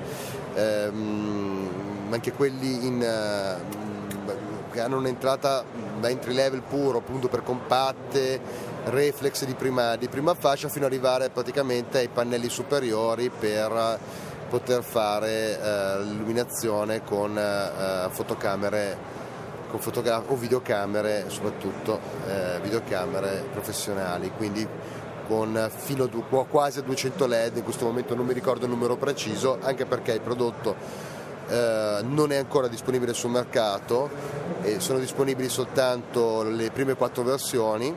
M: ehm, anche quelli in eh, che hanno un'entrata da entry level puro, appunto per compatte, reflex di prima, di prima fascia, fino ad arrivare praticamente ai pannelli superiori per poter fare eh, l'illuminazione con eh, fotocamere con fotogra- o videocamere, soprattutto eh, videocamere professionali, quindi con fino a quasi a duecento L E D. In questo momento non mi ricordo il numero preciso, anche perché il prodotto eh, non è ancora disponibile sul mercato e sono disponibili soltanto le prime quattro versioni,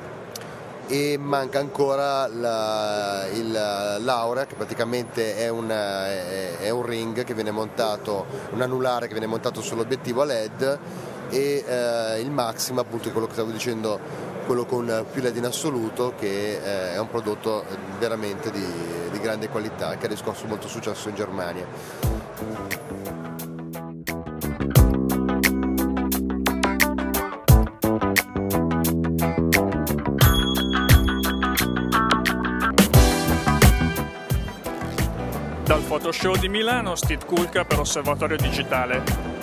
M: e manca ancora la, il, l'Aurea, che praticamente è, una, è, è un ring che viene montato, un anulare che viene montato sull'obiettivo a L E D, e eh, il Maxima, appunto quello che stavo dicendo, quello con più L E D in assoluto, che eh, è un prodotto veramente di, di grande qualità, che ha riscosso molto successo in Germania.
A: Dal Photoshow di Milano, Steve Kulka per Osservatorio Digitale.